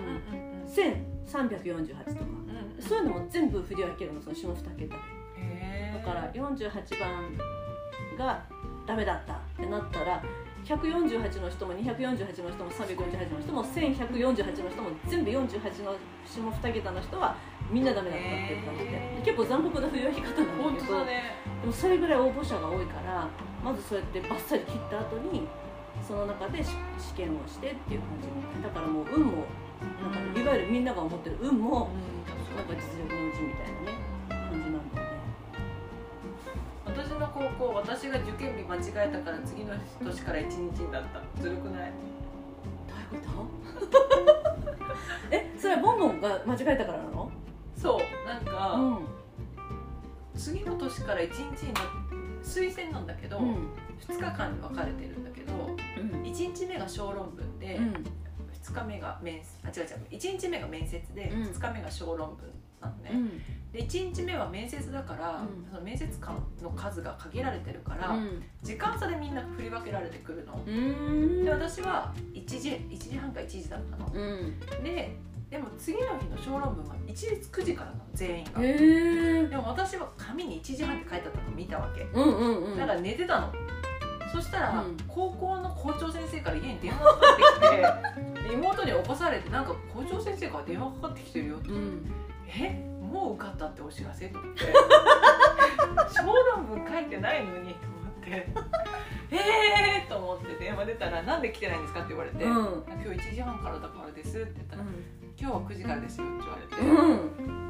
せんさんびゃくよんじゅうはちとか、うん、そういうのも全部振り分けるの、その下に桁で。へだからよんじゅうはちばんがダメだったってなったらひゃくよんじゅうはちの人もにひゃくよんじゅうはちの人もさんびゃくよんじゅうはちの人もせんひゃくよんじゅうはちの人も全部よんじゅうはちの下に桁の人はみんなダメだったっていう感じで、結構残酷な振り分け方なんだけど、ね、でもそれぐらい応募者が多いからまずそうやってバッサリ切った後にその中で試験をしてっていう感じみたいな。だからもう運もなんか、ね、いわゆるみんなが思ってる運もなんか実力のうちみたいなね感じなんだよね。 私の高校、私が受験日間違えたから次の年からいちにちになった。ずるくない？ どういうことえ、それはボンボンが間違えたからなの？ そう、なんか、 うん、 次の年からいちにちにな推薦なんだけど、うん、ふつかかんに分かれてるんだけど、うん、いちにちめが小論文で、うん、ふつかめが面接、あ、違う違う、いちにちめが面接で、うん、ふつかめが小論文なのね、うん、でいちにちめは面接だから、うん、その面接官の数が限られてるから、うん、時間差でみんな振り分けられてくるの、うん、で私はいちじ、いちじはんかいちじだったの、うん、ででも次の日の小論文は一律くじからなの全員が。へー。でも私は紙にいちじはんって書いてあったのを見たわけ、うんうんうん、だから寝てたの。そしたら、うん、高校の校長先生から家に電話がかかってきて妹に起こされて、なんか校長先生から電話かかってきてるよって、うん、えもう受かったってお知らせと思って小論文書いてないのにと思ってえーと思って電話出たら、なんで来てないんですかって言われて、うん、今日いちじはんからだからですって言ったら、うん、今日はくじからですよって言われて、うん、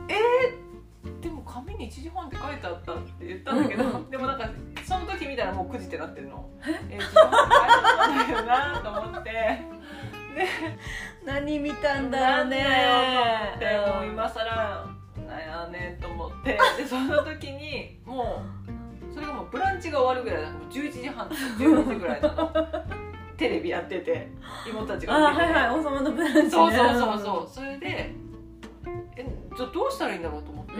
えー、でも紙にいちじはんって書いてあったって言ったんだけど、うんうん、でもなんかその時見たらもうくじってなってるの。えー、いちじはんって書いてあったんだけどなと思って何見たんだろうね。 なんだよと思って、もう今更なんやねんと思ってでその時にもうそれがもうブランチが終わるぐらいだからじゅういちじはんとかじゅうにじぐらいなのテレビやってて妹たちが見てて、ね、 あ、はいはい、王様のブランチ、ね、 そうそうそうそうそれでえじゃあどうしたらいいんだろうと思って、うん、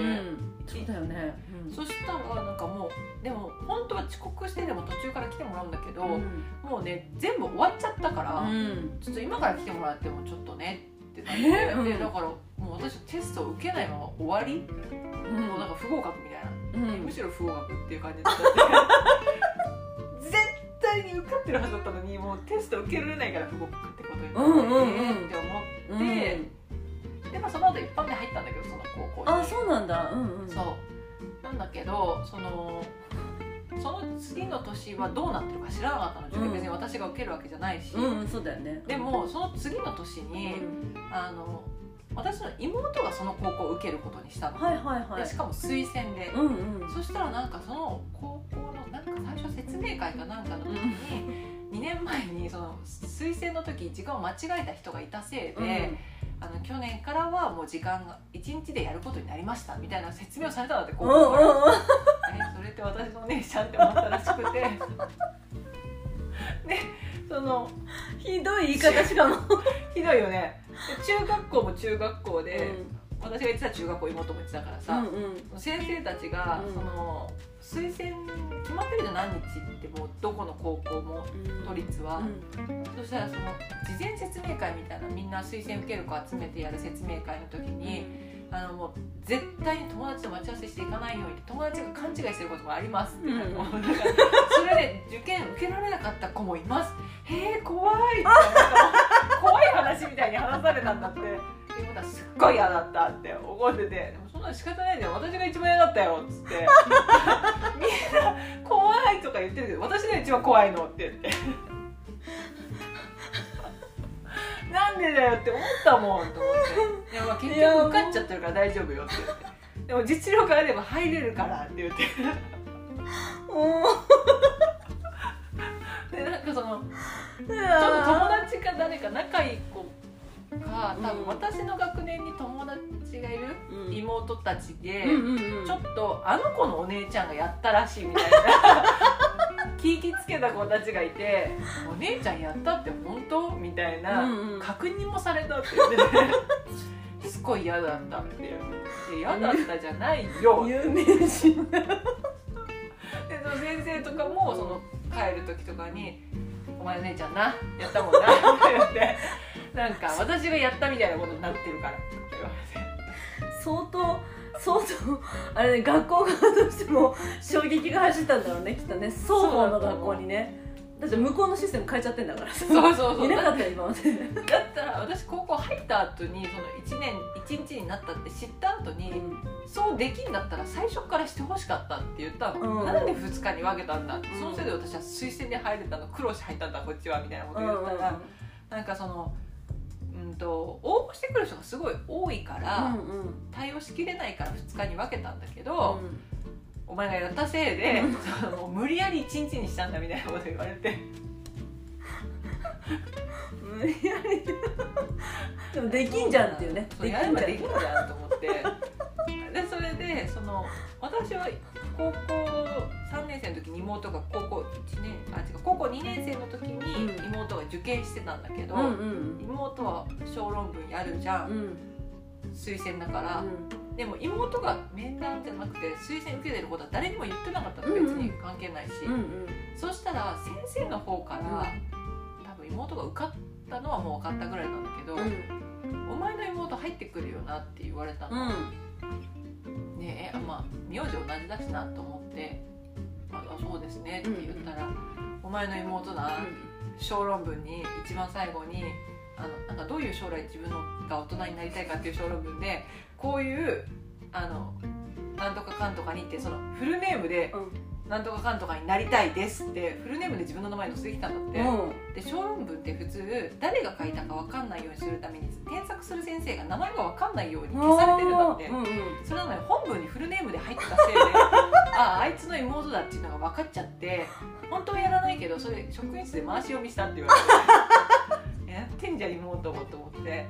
そうだよね、 うん、そしたらなんかもうでも本当は遅刻してでも途中から来てもらうんだけど、うん、もうね全部終わっちゃったから、うん、ちょっと今から来てもらってもちょっとねってなって、えー、でだからもう私テストを受けないまま終わり、うん、もうなんか不合格みたいな、うん、むしろ不合格っていう感じだったって絶対に受かってるはずだったのにもうテスト受けられないから不合格ってことになって、うんうんうん、って思って、うん、でまあその後一般で入ったんだけどその高校に。 あ、そうなんだ、うんうん、 そうなんだけどそのその次の年はどうなってるか知らなかったの。受験別に私が受けるわけじゃないし、 うんうん、そうだよね。 でもその次の年に、うん、あの私の妹がその高校を受けることにしたの、 はいはいはい、 でしかも推薦で、うんうん、そしたらなんかその高校のなんか最初説明会かなんかの時に、うん、にねんまえにその推薦の時時間を間違えた人がいたせいで、うん、あの去年からはもう時間がいちにちでやることになりましたみたいな説明をされたんだって高校から、うんうん、えそれって私のお姉ちゃんって思ったらしくてでそのひどい言い方しかもひどいよね。中学校も中学校で、うん、私が行ってた中学校妹も行ってたからさ、うんうん、先生たちが、うん、その推薦決まってるじゃん何日ってもうどこの高校も、うん、都立は、うん、そしたらその事前説明会みたいなみんな推薦受ける子集めてやる説明会の時に、うん、あのもう絶対に友達と待ち合わせしていかないように友達が勘違いしてることもありますって、うん、だからそれで受験受けられなかった子もいます。へー怖いって怖い話みたいに話されたんだって。妹はすっごい嫌だったって怒ってて、でもそんなの仕方ないじゃん私が一番嫌だったよっつってみんな怖いとか言ってるけど私が一番怖いのって言ってなんでだよって思ったもんと思って、いやまあ結局受かっちゃってるから大丈夫よって言って、でも実力あれば入れるからって言ってでなんかそのちょっと友達か誰か仲いい子か多分私の学年に友達がいる妹たちでちょっとあの子のお姉ちゃんがやったらしいみたいな聞きつけた子たちがいてお姉ちゃんやったって本当みたいな確認もされたって言っててすごい嫌だったって言って嫌だったじゃないよ有名人でその先生とかもその帰る時とかにお前お姉ちゃんなやったもんなって言ってなんか私がやったみたいなことになってるからって言われて相当相当あれね学校側としても衝撃が走ったんだろうねきっとね双方の学校にね。だって向こうのシステム変えちゃってんだからさそうそうそういなかったよ今までだったら私高校入った後にそのいちねんいちにちになったって知った後に、うん、そうできんだったら最初からしてほしかったって言ったの、うん、なんでふつかに分けたんだって、うん、そのせいで私は推薦で入れたの苦労して入ったんだこっちはみたいなこと言ったら、うんうん、なんかそのうんと応募してくる人がすごい多いから、うんうん、対応しきれないからふつかに分けたんだけど、うん、お前がやったせいでもう無理やりいちにちにしたんだみたいなこと言われて無理やりでもできんじゃんっていうねできんじゃんできんじゃんと思ってでそれでその私は高校さんねん生の時に妹が高校いちねんあ違う高校にねん生の時に妹が受験してたんだけど、うんうん、妹は小論文やるじゃん、うん、推薦だから、うん、でも妹が面談じゃなくて推薦受けてることは誰にも言ってなかったの、うんうん、別に関係ないし、うんうん、そしたら先生の方から、うん、多分妹が受かったのはもう分かったぐらいなんだけど、うん、お前の妹入ってくるよなって言われたの、うん、ねえまあ名字同じだしなと思って、まあ、そうですねって言ったら、うん、お前の妹な、うん、小論文に一番最後にあのなんかどういう将来自分が大人になりたいかっていう小論文でこういうあのなんとかかんとかにってそのフルネームで、うん、なんとかかんとかになりたいですってフルネームで自分の名前載せてきたんだって、うん、で小論文って普通誰が書いたか分かんないようにするために添削する先生が名前が分かんないように消されてるんだって、うんうん、それなのに本文にフルネームで入ってたせいであああいつの妹だっていうのが分かっちゃって本当はやらないけどそれ職員室で回し読みしたって言われてやってってんじゃん妹もと思って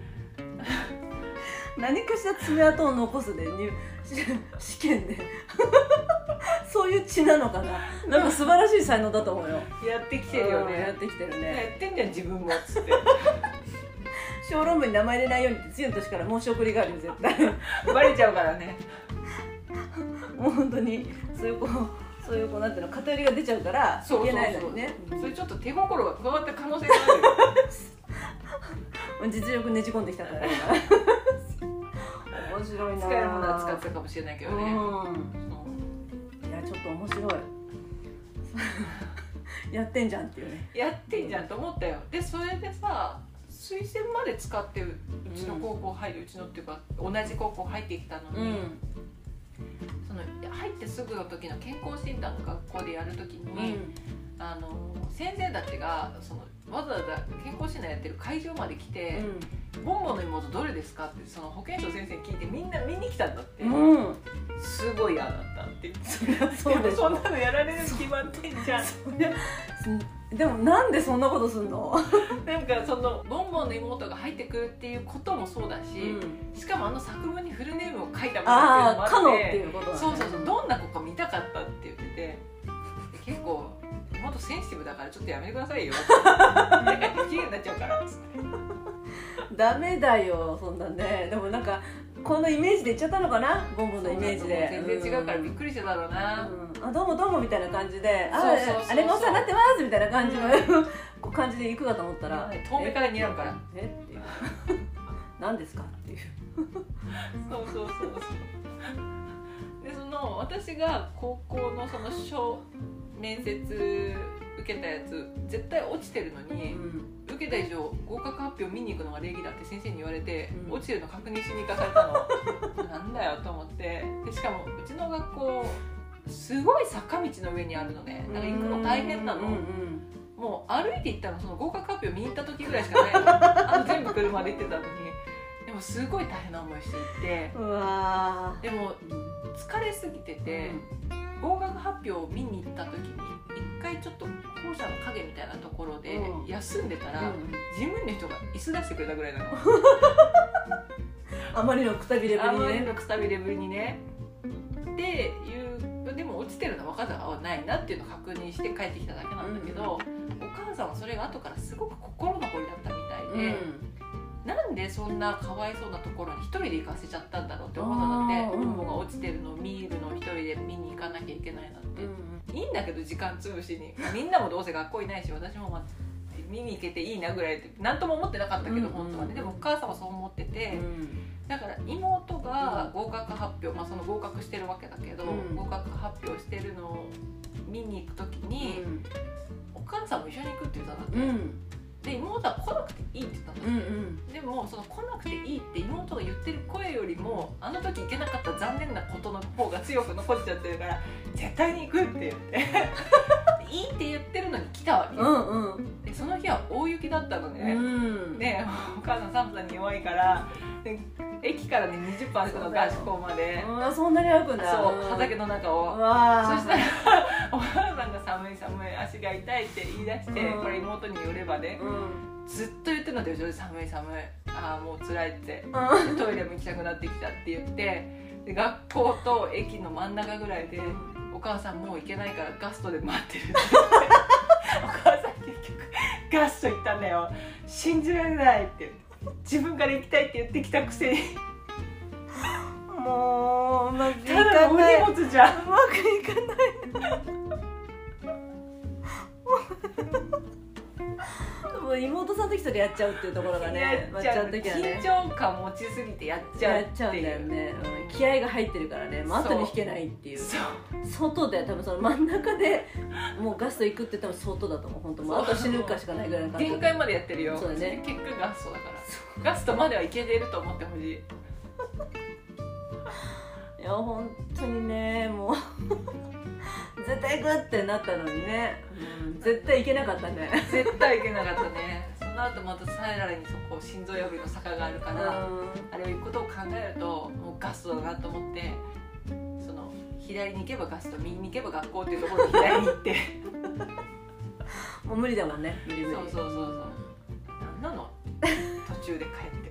何かしら爪痕を残すで、ね、試験でそういう血なのかな。なんか素晴らしい才能だと思うよ。 やってきてるよね。 やってきてるね。 やってんじゃん自分もっつって小論文に名前入れないようにって強い年から申し送りがあるよ絶対バレちゃうからねもう本当にそういう子そういう子なんていうの偏りが出ちゃうからいけないのにね。 それちょっと手心が加わった可能性があるよ実力ねじ込んできたから面白いな。 使えるものは使ってたかもしれないけどね、うん、 いやちょっと面白いやってんじゃんっていうね。 やってんじゃんと思ったよ。でそれでさ推薦まで使ってうちの高校入る、うん、うちのっていうか同じ高校入ってきたのに、うん、その入ってすぐの時の健康診断の学校でやる時に、うん、あの先生たちがそのわざわざ健康診断やってる会場まで来て、うん、ボンボンの妹どれですかってその保健所先生に聞いてみんな見に来たんだって、うん、すごい嫌だったって言ってそうでそんなのやられる決まってんじゃんでもなんでそんなことすんのなんかそのボンボンの妹が入ってくるっていうこともそうだし、うん、しかもあの作文にフルネームを書いたことっていうのもあって、あー、かのっていうことだね。そうそうそう、どんな子か見たかったって言ってて、結構妹センシティブだからちょっとやめてくださいよ綺麗になっちゃうからっつってダメだよそんなね。でもなんかこのイメージで言っちゃったのかな、ボンボンのイメージで。 全然違うからびっくりしてたろうな、 うん、あどうもどうもみたいな感じで、ああれもお世話になってますみたいな感じの、うん、感じで行くかと思ったら遠目から睨むからえっていう何ですかっていうそうそうそうそうでその私が高校のその小面接受けたやつ絶対落ちてるのに、うん、受けた以上合格発表見に行くのが礼儀だって先生に言われて、うん、落ちてるの確認しに行かされたのなんだよと思って。でしかもうちの学校すごい坂道の上にあるのね。なんか行くの大変なの、うんうんうん、もう歩いて行ったのその合格発表見に行った時ぐらいしかないのあの全部車で行ってたのに。でもすごい大変な思いしていて、うわでも疲れすぎてて、うん、合格発表を見に行った時に一回ちょっと校舎の影みたいなところで休んでたら、うん、事務員の人が椅子出してくれたぐらいなのあまりのくたびれぶりにね。 あまりのくたびれぶりにねでいうでも落ちてるのは分かはないなっていうのを確認して帰ってきただけなんだけど、うん、お母さんはそれが後からすごく心残りだったみたいで、うん、なんでそんなかわいそうなところに一人で行かせちゃったんだろうって思ったんだって。子供が落ちてるのを見るのを一人で見に行かなきゃいけないなんて、うん、いいんだけど時間潰しにみんなもどうせ学校いないし私も、まあ、見に行けていいなぐらいって何とも思ってなかったけど、うん、本当はね。でもお母さんはそう思ってて、うん、だから妹が合格発表、まあ、その合格してるわけだけど、うん、合格発表してるのを見に行く時に、うん、お母さんも一緒に行くって言ったんだって、うんで妹は来なくていいって言ったんだ、うんうん、でもその来なくていいって妹が言ってる声よりもあの時行けなかった残念なことの方が強く残っちゃってるから絶対に行くって言っていいって言ってるのに来たわけ、うんうん、でその日は大雪だったのね、うん、でお母さん寒さに弱いからで駅からねにじゅっぷん歩くの学校まで。 うん、そんなに歩くんだ。 そう畑の中を。そしたらお母さんが寒い寒い足が痛いって言い出して、うん、これ妹によればね、うん、ずっと言ってるので寒い寒いああもう辛いって、うん、トイレも行きたくなってきたって言ってで学校と駅の真ん中ぐらいでお母さんもう行けないからガストで待ってるってお母さん結局ガスト行ったんだよ信じられないって言って自分から行きたいって言ってきたくせにもううまくいかない。 ただお荷物じゃん。 うまくいかないもう妹さんの時それやっちゃうっていうところがね、 まっちゃん時はね緊張感持ちすぎてやっちゃうっていう。 やっちゃうんだよね、うん、気合が入ってるからね、後に引けないっていう。そう外で多分その真ん中でもうガスト行くって多分相当だと思う。本当もうあと死ぬかしかないぐらいの感じ。 限界までやってるよ。 そうだね。 結果ガストだからガストまではいけてると思ってほしいいや本当にねもう絶対行くってなったのにね、うん、絶対行けなかったね絶対行けなかったね。その後またさらにそこ心臓破りの坂があるから、あれを行くことを考えるともうガストだなと思って、その左に行けばガスト右に行けば学校っていうところに左に行ってもう無理だもんね。無理無理。 そうそうそうそう。なんなの中で帰って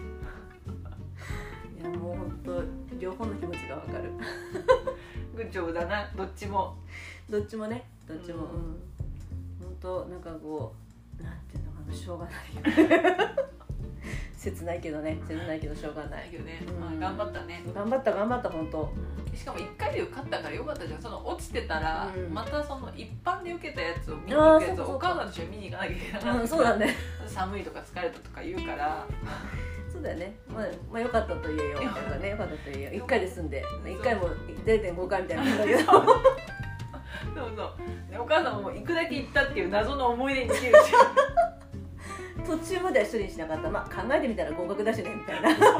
いやもう本当両方の気持ちがわかるグッジョブだな、どっちもどっちもね、どっちも、うん、本当なんかこうなんていうのかな、しょうがないよね切ないけどね、切ないけどしょうがないけどね、 うん、 まあ、頑張ったね、 頑張った頑張った本当。 しかもいっかいで受かったからよかったじゃん。その落ちてたら、うん、またその一般で受けたやつを見に行くやつをお母さんと一緒に見に行かなきゃいけなかった、 うん、そうだね寒いとか疲れたとか言うからそうだよね、まあ、まあよかったと言えよ、なんかね、よかったと言えよ、いっかいで済んでいっかいも ゼロてんご 回みたいなもんだけどそうそうでお母さんも行くだけ行ったっていう謎の思い出にできるし途中までは一人にしなかった、まあ考えてみたら合格だしねみたいなそう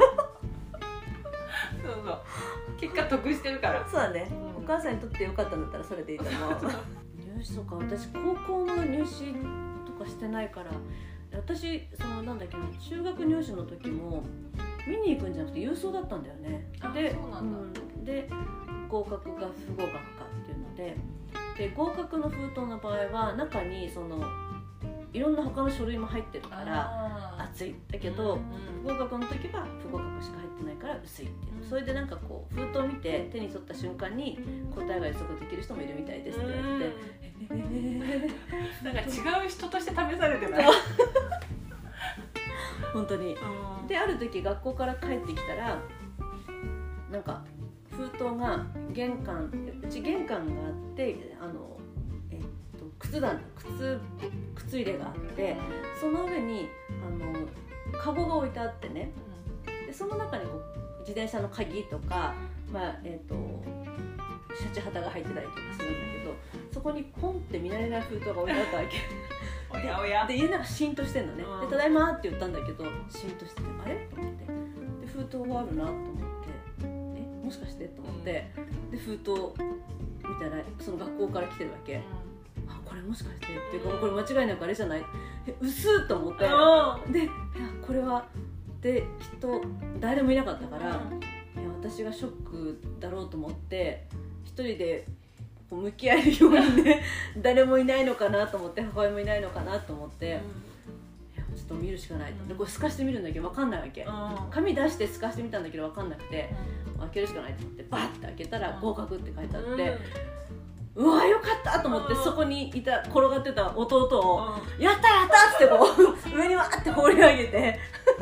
そう結果得してるからそうだね、うん、お母さんにとってよかったんだったらそれでいいと思う入試とか私高校の入試とかしてないから、私そのなんだっけな、中学入試の時も見に行くんじゃなくて郵送だったんだよね。で、 そうなんだ、 うん、で合格か不合格かっていうので、で合格の封筒の場合は中にそのいろんな他の書類も入ってるから厚いだけど、うん、不合格の時は不合格しか入ってないから薄いっていう、うん、それでなんかこう封筒を見て手に取った瞬間に答えが予測できる人もいるみたいですって言われて、うん、 なんか違う人として試されてない本当に、うん、である時学校から帰ってきたらなんか封筒が玄関、うち玄関があってあの靴だ靴靴入れがあって、その上にあのカゴが置いてあってね、でその中にこう自転車の鍵とか、まあえー、とシャチハタが入ってたりとかするんだけど、そこにポンって見慣れない封筒が置いてあったわけおやおやで家の中シーンとしてんのね、でただいまって言ったんだけどシーンとしてて、あれと思って、で封筒があるなと思って、えもしかしてと思って、で封筒見たらその学校から来てるわけ、あこれもしかしてっていうか、これ間違いなくあれじゃない、え薄っと思って、でいやこれはできっと誰もいなかったから、いや私がショックだろうと思って一人でこう向き合えるようにね誰もいないのかなと思って、母親もいないのかなと思って、いやちょっと見るしかないと。でこれ透かしてみるんだけど分かんないわけ、紙出して透かしてみたんだけど分かんなくて、開けるしかないと思ってバッて開けたら合格って書いてあって、うわよかったと思って、そこにいた転がってた弟を「やったやった!」ってこう上にわーって放り上げて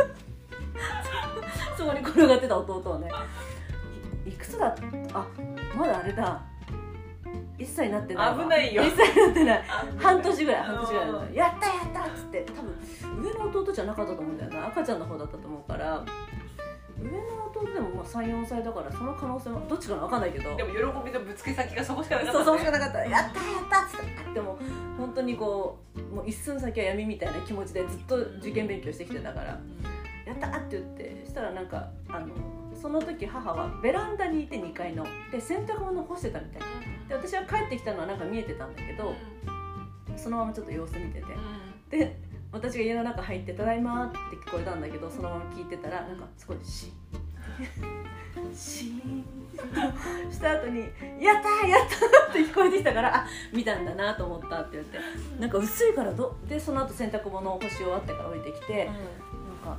そこに転がってた弟をね、いくつだ、あまだあれだいっさいになってないわ、 危ないよ、 いっさいになってない半年ぐらい半年ぐらいやったやったっつって、多分上の弟じゃなかったと思うんだよな、赤ちゃんの方だったと思うから、上の弟でもまあさん、よんさいだからその可能性はどっちか分かんないけど、 でも喜びのぶつけ先がそこしかなかった、 ね、そうそこしかなかった、やったやったっつって、でも本当にこうもう一寸先は闇みたいな気持ちでずっと受験勉強してきてたから、やったって言ってしたらなんかあのその時母はベランダにいてにかいので洗濯物干してたみたいで、私は帰ってきたのはなんか見えてたんだけど、そのままちょっと様子見てて、で私が家の中入って「ただいま」って聞こえたんだけど、そのまま聞いてたらなんかすごいシーンシーンした後に「やったーやったー」って聞こえてきたから、あ見たんだなと思ったって言って、なんか薄いからどでその後洗濯物を干し終わってから置いてきて、なんか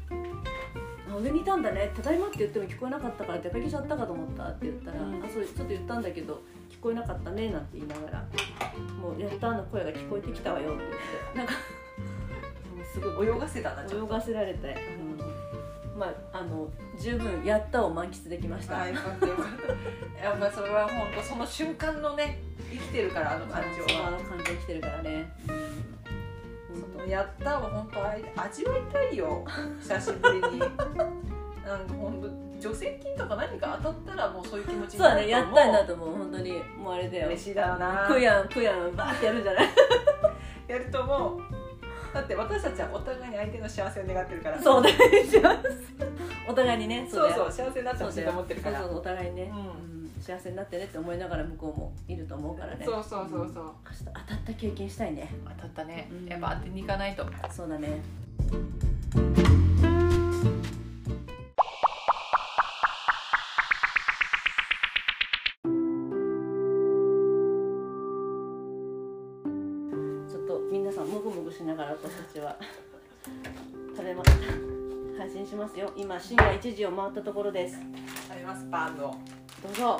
「上にいたんだね、ただいま」って言っても聞こえなかったから出かけちゃったかと思ったって言ったら「あそうちょっと言ったんだけど聞こえなかったね」なんて言いながら「もうやったーの声が聞こえてきたわよ」って言って、なんかすごい泳がせたな、 泳がせられて、うん、まああの十分やったを満喫できました。 あよかったよかったやっぱそれは本当その瞬間のね生きてるから、あの感情は、 あの感情生きてるからね、 うん、そのやったを本当味わいたいよ久しぶりになんか本当助成金とか何か当たったらもうそういう気持ちになると思う。そうだね、 やったんだと思う、本当にもうあれだよ、 嬉しいだろうな、 プヤンプヤンバーってやるんじゃないやると思う。だって私たちはお互いに相手の幸せを願ってるから。 そうだねお互いにね、 そうそう幸せになってほしいと思ってるから、 そうそうお互いにね、 うんうん、幸せになってねって思いながら向こうもいると思うからね。 そうそうそうそう、うん、明日当たった経験したいね。 当たったね、 うん、 やっぱ当てに行かないと。 そうだね。ちょっと皆さんもぐもぐしながら私たちは食食べます。配信しますよ。今深夜いちじを回ったところです。 食べますパンの。 どうぞ。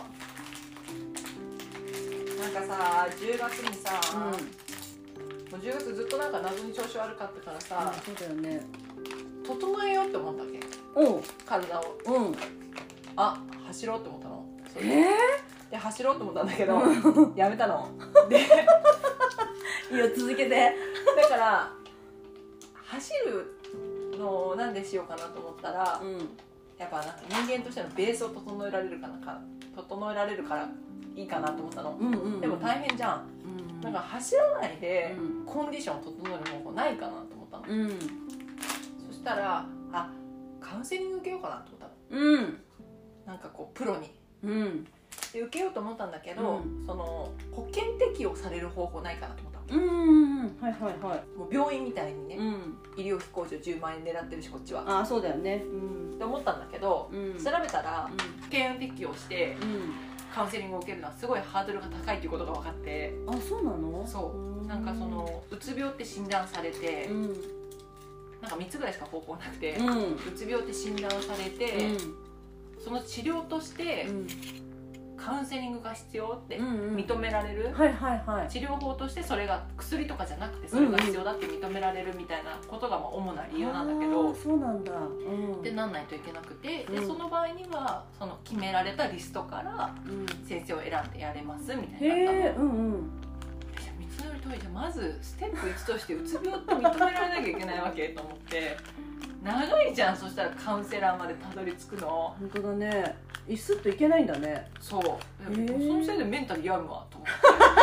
なんかさじゅうがつにさ、 うん、 もうじゅうがつずっとなんか謎に調子悪かったからさ、 うん、そうだよね。 整えようって思ったわけ。 おう、 体を。 うん。 あ、走ろうって思ったの。 えー、 で走ろうと思ったんだけどやめたの。でいいよ続けて。 だから走るのをなんでしようかなと思ったら、 うん、 やっぱなんか人間としてのベースを整えられるかなか整えられるからいいかなと思ったの、 うんうんうん、 でも大変じゃん、うん、なんか走らないでコンディションを整える方法ないかなと思ったの、うん、そしたらあカウンセリング受けようかなと思ったの、うん、なんかこうプロに、うん、で受けようと思ったんだけど、うん、その保険適用される方法ないかなと思ったの、うんうんうん、はいはいはい、もう病院みたいにね、うん、医療費控除じゅうまんえん狙ってるしこっちは、 ああそうだよね、うん、 って思ったんだけど、うん、調べたら、うん、保険適用して、うん、カウンセリングを受けるのはすごいハードルが高いっていうことが分かって、 あそうなの？ そうなんかそのうつ病って診断されて、うん、なんかみっつぐらいしか方法なくて、うん、うつ病って診断されて、うん、その治療として、うん、カウンセリングが必要って認められる、治療法としてそれが薬とかじゃなくてそれが必要だって認められるみたいなことがまあ主な理由なんだけど、 あそうなんだ、うん、 でなんないといけなくて、でその場合にはその決められたリストから先生を選んでやれますみたいになったの、うんうん、道のり遠いじゃまずステップいちとしてうつ病って認められなきゃいけないわけと思って長いじゃん、そしたらカウンセラーまでたどり着くの。 本当だね、いっすっといけないんだね。 そう、そのせいでメンタル病むわと思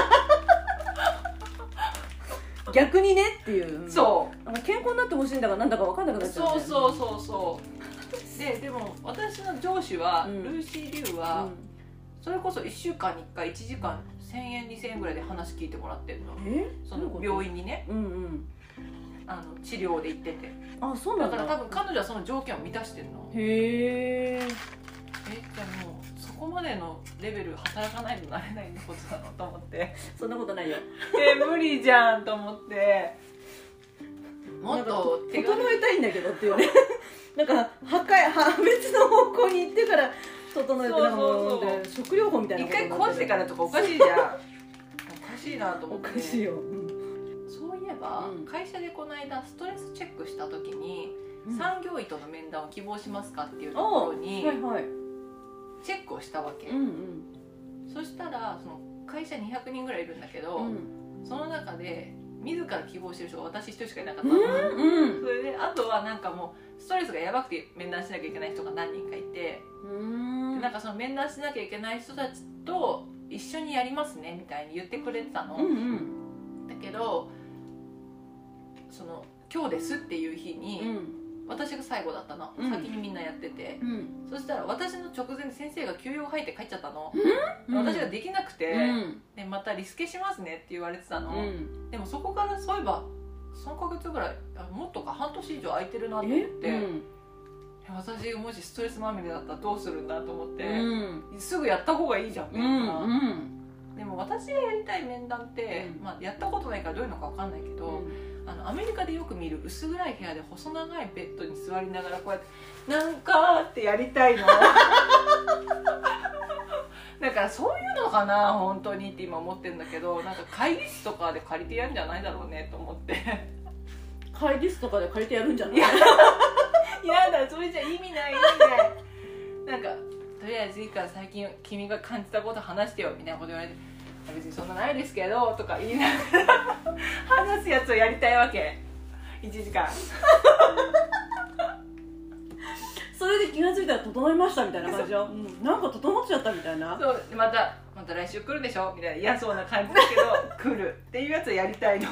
って逆にねっていう、 そうなんか健康になってほしいんだかなんだか分かんなくなっちゃう、ね、 そうそうそうそうで、でも私の上司は、うん、ルーシー・リュウは、うん、それこそいっしゅうかんにいっかいいちじかんせんえんにせんえんぐらいで話聞いてもらってるの。 えその病院にね、うんうん、あの治療で行ってて、 あそうなんだ、 だから多分彼女はその条件を満たしてるの。 へえ。 え、じゃあもうそこまでのレベル働かないとなれないってことなのと思ってそんなことないよえ、無理じゃんと思って、もっと整えたいんだけどっていうねなんか破壊破滅の方向に行ってから整えて、なんかもう食療法みたいなことになってる。一回壊してからとかおかしいじゃんおかしいなと思って。 おかしいよ、うん、 そういえば、うん、会社でこの間ストレスチェックした時に、うん、産業医との面談を希望しますかっていうところに、はいはい、チェックをしたわけ、うんうん、そしたらその会社にひゃくにんぐらいいるんだけど、うん、その中で自ら希望してる人が私一人しかいなかったの、うんうん、それであとはなんかもうストレスがやばくて面談しなきゃいけない人が何人かいて、うんでなんかその面談しなきゃいけない人たちと一緒にやりますねみたいに言ってくれてたの、うんうん、だけどその今日ですっていう日に、うん私が最後だったの、うん、先にみんなやってて、うん、そしたら私の直前で先生が休養入って帰っちゃったの、うん、私ができなくて、うん、でまたリスケしますねって言われてたの、うん、でもそこからそういえばさんかげつぐらいもっとか半年以上空いてるなと思って、うん、私がもしストレスまみれだったらどうするんだと思って、うん、すぐやった方がいいじゃんみたいな、うんうん、でも私がやりたい面談って、まあ、やったことないからどういうのか分かんないけど、あのアメリカでよく見る薄暗い部屋で細長いベッドに座りながらこうやってなんかーってやりたいのだからそういうのかな本当にって今思ってるんだけど、なんか会議室とかで借りてやるんじゃないだろうねと思って会議室とかで借りてやるんじゃないやだそれじゃ意味ない意味ないなんかとりあえずいいから最近君が感じたこと話してよみたいなこと言われて、別にそんなないですけどとか言いながら話すやつをやりたいわけいちじかんそれで気が付いたら整いましたみたいな感じよ、うん、なんか整っちゃったみたいな。 そうまたまた来週来るでしょみたいな嫌そうな感じだけど来るっていうやつをやりたいの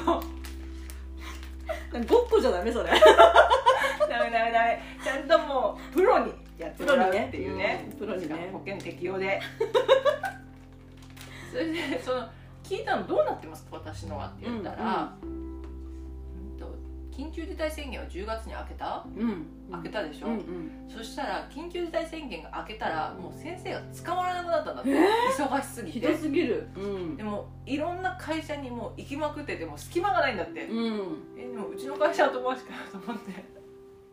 ごっこじゃダメそれダメダメダメ、ちゃんともうプロにやってもらうっていうね、 プロにね、 保険適用でそれでその聞いたのどうなってますか私のはって言ったら、うんうん緊急事態宣言はじゅうがつに明けた、うん、明けたでしょ、うんうん、そしたら緊急事態宣言が明けたらもう先生が捕まらなくなったんだって、えー、忙しすぎてひどすぎる、うん、 でもいろんな会社にもう行きまくってても隙間がないんだって、うん、えでもうちの会社は後回しかなと思って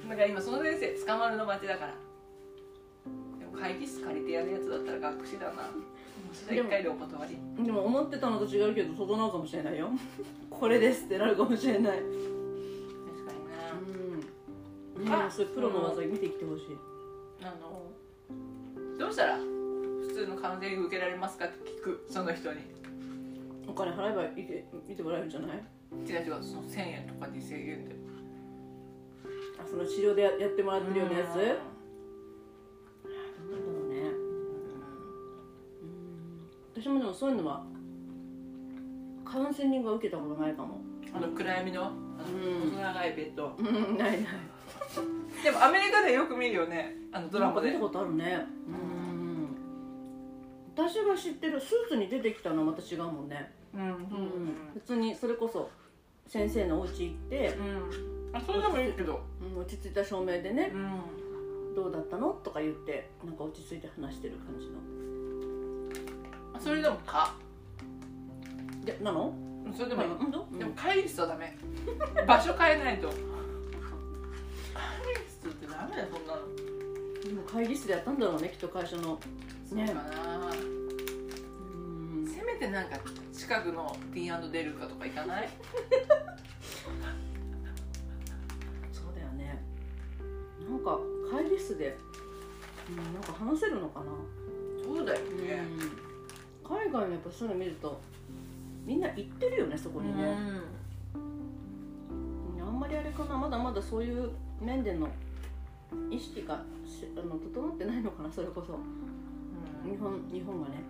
だから今その先生捕まるの待ちだから。でも会議室借りてやるやつだったら学士だな。それいっかいでお断り。 でも思ってたのと違うけど整うかもしれないよこれですってなるかもしれない。 確かにな。うん、そういうプロの技見てきてほしい。 あのどうしたら普通のカウンセリング受けられますかって聞く、その人に。 お金払えばいけ見てもらえるんじゃない？ 違う違う、そのせんえんとかにせんえんで。 あ、その治療でやってもらってるようなやつ？どうだろうね。うん、私もでもそういうのはカウンセリングは受けたことないかも。 あの暗闇の、あの細長いベッド。 うん、ないない。 でもアメリカでよく見るよね、あのドラマで。 見たことあるね。うん。私が知ってるスーツに出てきたのはまた違うもんね。 うん。うん。 普通にそれこそ先生のお家行って、 うん。あ、それでもいいけど。 うん、落ち着いた照明でね、 うん。 どうだったのとか言ってなんか落ち着いて話してる感じの。 あ、それでもか。 で、なの？ それでもいい。 うん、 でも会議室はダメ。場所変えないと。会議室ってダメだよそんなの。 でも会議室でやったんだろうね、きっと会社の。 そうかな。うん。せめてなんか近くの ティーアンド デルカとか行かない？ そうだよね。なんか会議室で、うん、なんか話せるのかな。 そうだよね。 うん、海外のやっぱそういうの見るとみんな行ってるよね、そこにね。うん、あんまりあれかな、まだまだそういう面での意識がしあの整ってないのかな、それこそ。うん、日本日本がね。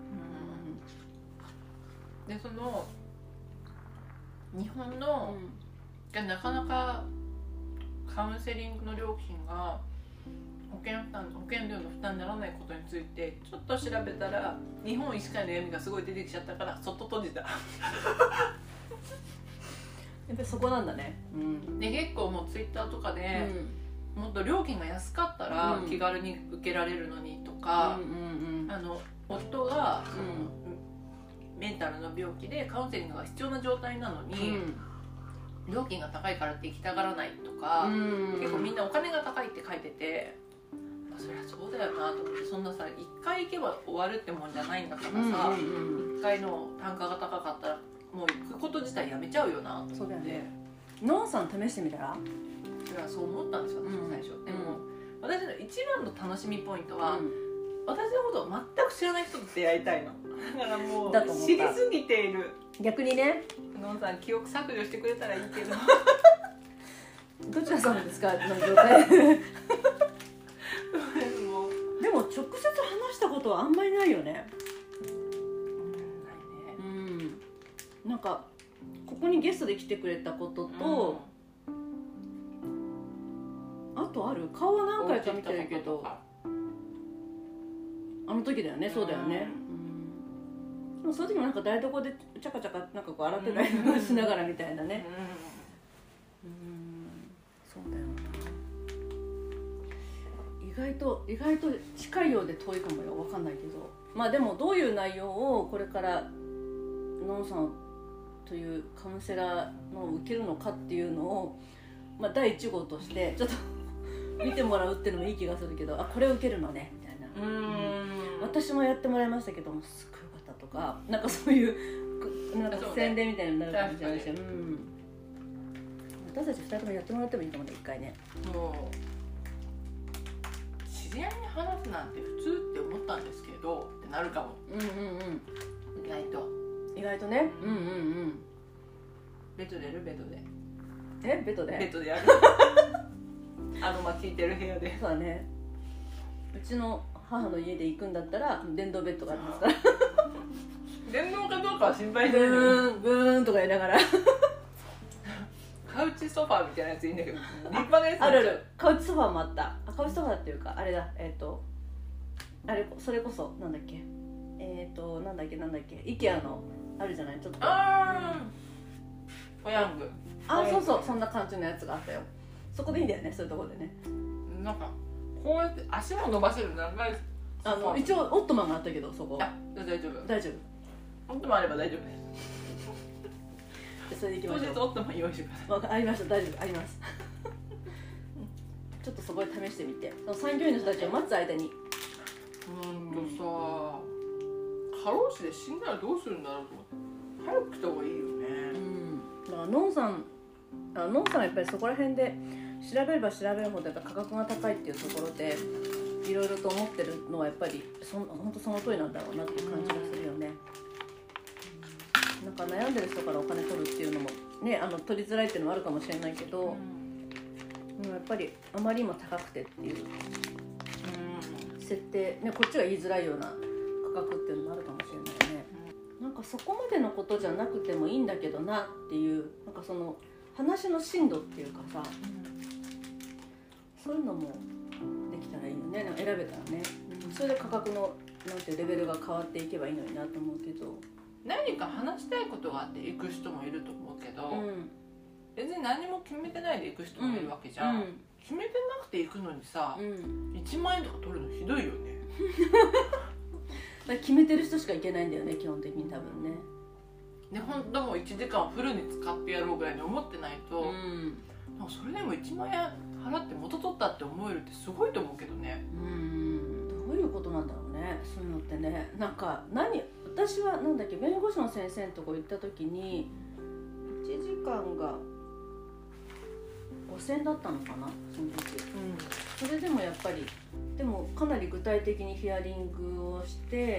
うん、でその日本の、うん、なかなかカウンセリングの料金が保険負担保険料の負担にならないことについてちょっと調べたら、日本医師会の闇がすごい出てきちゃったからそっと閉じた。やっぱりそこなんだね。うん、で結構もうツイッターとかで、うん、もっと料金が安かったら気軽に受けられるのにとか、うんうんうん、あの夫がその、うん、メンタルの病気でカウンセリングが必要な状態なのに、うん、料金が高いからって行きたがらないとか、うん、結構みんなお金が高いって書いてて、そりゃそうだよなと思って。そんなさいっかい行けば終わるってもんじゃないんだからさ、うんうんうん、いっかいの単価が高かったらもう行くこと自体やめちゃうよなと思って。 そうだよね。ノンさん試してみたら？ いや、そう思ったんですよ、私も最初、うん、でも、うん、私の一番の楽しみポイントは、うん、私のことを全く知らない人と出会いたいの。だからもう知りすぎている。 逆にね、 ノンさん記憶削除してくれたらいいけど。 どちらさんですかの状態。でも直接話したことはあんまりないよね。うん、ないね。うん。なんかここにゲストで来てくれたことと、うん、あとある？顔は何回か見てるけど、あの時だよね。そうだよね。うん、でもその時もなんか台所でチャカチャカなんかこう洗ってたりしながらみたいなね。うん、そうだよな。意外と意外と近いようで遠いかもよ。分かんないけど、まあでもどういう内容をこれからノンさんというカウンセラーの受けるのかっていうのを、まあ、だいいち号としてちょっと見てもらうっていうのもいい気がするけど、あ、これを受けるのねみたいな。うーん、私もやってもらいましたけどもすっごいよかったとか、なんかそういうなんか宣伝みたいになるかもしれないし、うん、私たちふたりともやってもらってもいいかもね、一回ね。 もう知り合いに話すなんて普通って思ったんですけどってなるかも。うんうんうん。意外と意外とね。うんうんうん。 ベッドでやる？ベッドで。 え、ベッドで？ ベッドでやる。アロマ効いてる部屋で。 そうだね。うちの母の家で行くんだったら電動ベッドがありますから。 電動かどうかは心配ない。 ブーンブーンとか言いながら。 カウチソファーみたいなやついいんだけど、立派なやつあるある。カウチソファーもあった。あ、カウチソファーっていうかあれだ、えっとあれ、それこそなんだっけ、えっとなんだっけなんだっけ、IKEAのあるじゃない、ちょっと。ああ。 フォヤング。 あ、そうそう、そんな感じのやつがあったよ。そこでいいんだよね、そういうところでね。 なんかこうやって足も伸ばせる長い。 あの一応オットマンがあったけど、そこ。 あ、大丈夫。 大丈夫。オットマンあれば大丈夫です。それで行きましょう。当日オットマン用意してください。 ありました、大丈夫、あります。 ちょっとそこで試してみて、その産業医の人たちを待つ間に。 うんとさ、過労死で死んだらどうするんだろうと思って早く来た方がいいよね。 うん、だからノンさんあノンさんはやっぱりそこら辺で調べれば調べるほどやっぱ価格が高いっていうところでいろいろと思ってるのはやっぱりそ本当その通りなんだろうなっていう感じがするよね。なんか悩んでる人からお金取るっていうのもね、あの取りづらいっていうのもあるかもしれないけど、うん、やっぱりあまりにも高くてっていう、うん、設定、ね、こっちが言いづらいような価格っていうのもあるかもしれないね。なんかそこまでのことじゃなくてもいいんだけどなっていう、なんかその話の深度っていうかさ、そういうのもできたらいいよね。なんか選べたらね、それで価格のなんていうレベルが変わっていけばいいのになと思うけど、 何か話したいことがあって行く人もいると思うけど、うん、別に何も決めてないで行く人もいるわけじゃん、うん、決めてなくて行くのにさ、うん、いちまんえんとか取るのひどいよね。 だ決めてる人しか行けないんだよね、基本的に多分ね。 で本当もういちじかんをフルに使ってやろうぐらいに思ってないと、うん、なんかそれでもいちまんえん払って元取ったって思えるってすごいと思うけどね。 うん、どういうことなんだろうね、そういうのってね。なんか何私はなんだっけ、弁護士の先生のとこ行った時にいちじかんがごせんえんだったのかな、その時、うん、それでもやっぱりでもかなり具体的にヒアリングをして、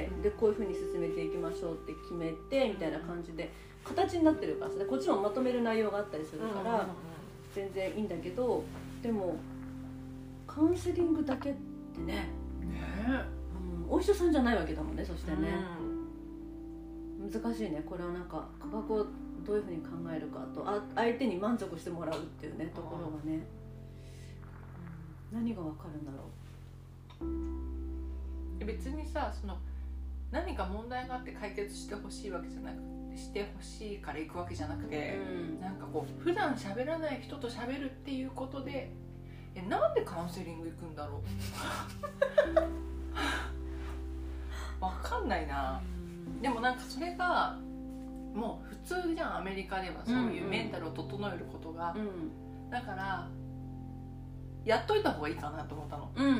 うん、でこういうふうに進めていきましょうって決めてみたいな感じで形になってるから、こっちもまとめる内容があったりするから全然いいんだけど、でもカウンセリングだけってね、ね、うん、お医者さんじゃないわけだもんね。そしてね、うん、難しいね。これはなんか価格をどういうふうに考えるかと、あ相手に満足してもらうっていうねところがね、うん、何がわかるんだろう。別にさ、その何か問題があって解決してほしいわけじゃなくて、してほしいから行くわけじゃなくて、うん、なんかこう普段喋らない人と喋るっていうことで、えなんでカウンセリング行くんだろう。わかんないな、うん、でもなんかそれがもう普通じゃん、アメリカではそういうメンタルを整えることが、うんうん、だからやっといた方がいいかなと思ったの、うんうんうん、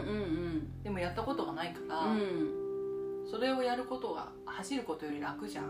でもやったことがないから、うん、それをやることが走ることより楽じゃん、うん、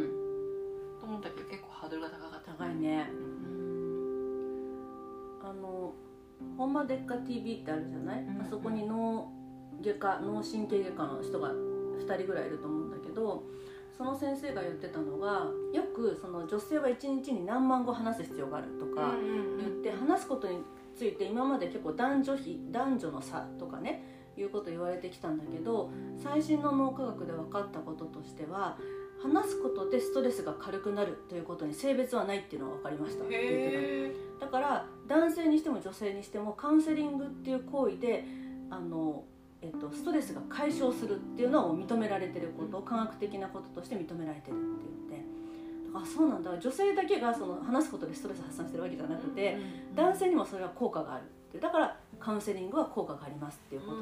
と思ったけど結構ハードルが高かった。 高いね、うん、あのホンマデッカ ティービー ってあるじゃない、うんうん、あそこに脳外科脳神経外科の人がふたりぐらいいると思うんだけど、その先生が言ってたのが、よくその女性はいちにちに何万語話す必要があるとか言って、話すことについて今まで結構男女比男女の差とかねいうこと言われてきたんだけど、最新の脳科学で分かったこととしては、話すことでストレスが軽くなるということに性別はないっていうのが分かりましたって言ってた。だから男性にしても女性にしてもカウンセリングっていう行為であのえっと、ストレスが解消するっていうのを認められてること、科学的なこととして認められてるって言って、だからそうなんだ、女性だけがその話すことでストレス発散してるわけじゃなくて、うんうんうん、男性にもそれは効果があるって、だからカウンセリングは効果がありますっていうこと、うん、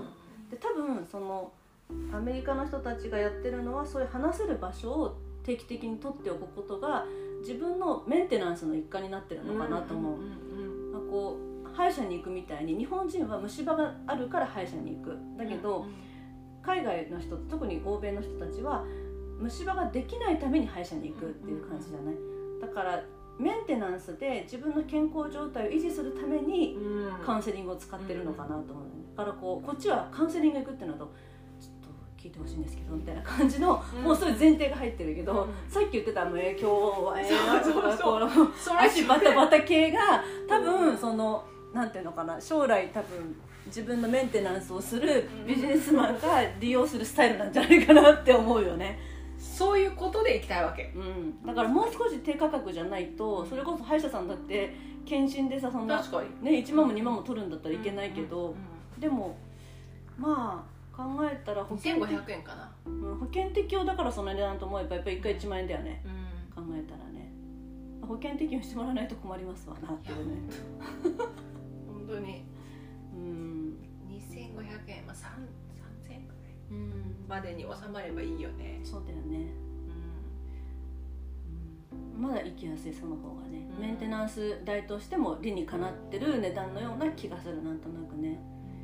で多分そのアメリカの人たちがやってるのは、そういう話せる場所を定期的に取っておくことが自分のメンテナンスの一環になってるのかなと思う、うんうんうん、まあ、こう歯医者に行くみたいに日本人は虫歯があるから歯医者に行くだけど、うんうん、海外の人、特に欧米の人たちは虫歯ができないために歯医者に行くっていう感じじゃない。だからメンテナンスで自分の健康状態を維持するためにカウンセリングを使ってるのかなと思う、ね、だからこうこっちはカウンセリング行くっていうのとちょっと聞いてほしいんですけどみたいな感じの、うん、もうそういう前提が入ってるけど、うん、さっき言ってたのえ今日はえーとかこの足バタバタ系が多分そのなんていうのかな、将来多分自分のメンテナンスをするビジネスマンが利用するスタイルなんじゃないかなって思うよね。 そういうことで行きたいわけ、 うん、だからもう少し低価格じゃないと、それこそ歯医者さんだって検診でさ、そんな、ね、いちまんもにまんも取るんだったらいけないけど、うんうんうん、でもまあ考えたら保険にせんごひゃくえんかな、 うん、保険適用だからその値段と思えばやっぱりいっかいいちまんえんだよね、うん、考えたらね。保険適用してもらわないと困りますわなっていうね。 本当に、うん、にせんごひゃくえん、まあ、さんぜんえんくらい、うん、までに収まればいいよね。 そうだよね、うんうん、まだ行きやすい、その方がね、うん、メンテナンス代としても理にかなってる値段のような気がする、なんとなくね。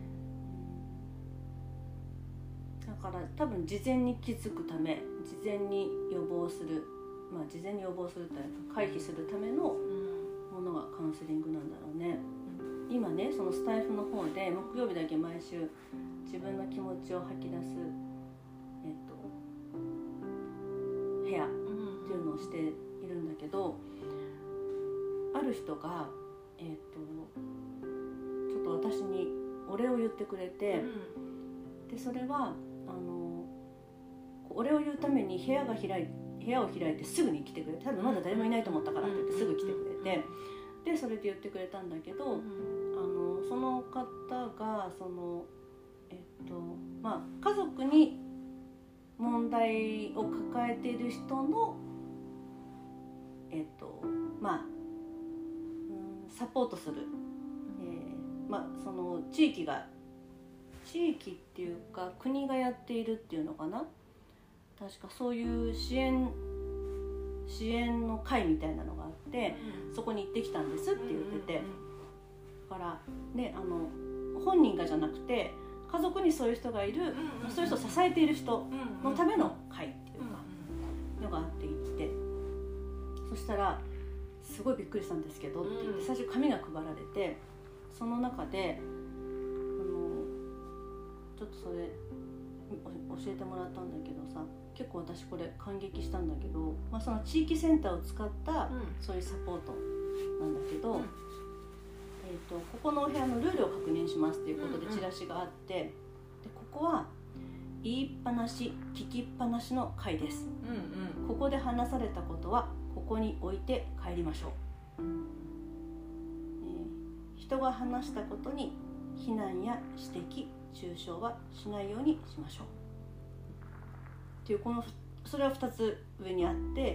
だから多分事前に気づくため、事前に予防する、まあ事前に予防するというか回避するためのものがカウンセリングなんだろうね。今ね、そのスタイフの方で木曜日だけ毎週自分の気持ちを吐き出す、えっと、部屋っていうのをしているんだけど、ある人が、えっと、ちょっと私にお礼を言ってくれて、でそれはあのお礼を言うために部屋が開い部屋を開いてすぐに来てくれて、多分まだ誰もいないと思ったからって言ってすぐ来てくれて、でそれで言ってくれたんだけど、あのその方がその、えっとまあ、家族に問題を抱えている人の、えっとまあ、うん、サポートする、えーまあ、その地域が地域っていうか国がやっているっていうのかな、確かそういう支援支援の会みたいなのがあって、うん、そこに行ってきたんですって言ってて、だからね、あの本人がじゃなくて家族にそういう人がいる、うん、そういう人を支えている人のための会っていうか、うん、のがあって行って、そしたらすごいびっくりしたんですけどって言って、最初紙が配られて、その中でちょっとそれ教えてもらったんだけどさ、結構私これ感激したんだけど、まあ、その地域センターを使ったそういうサポートなんだけど、うん、えーとここのお部屋のルールを確認しますっていうことでチラシがあって、でここは言いっぱなし聞きっぱなしの会です、うんうん、ここで話されたことはここに置いて帰りましょう、えー、人が話したことに非難や指摘中傷はしないようにしましょうっていう、このそれはふたつ上にあって、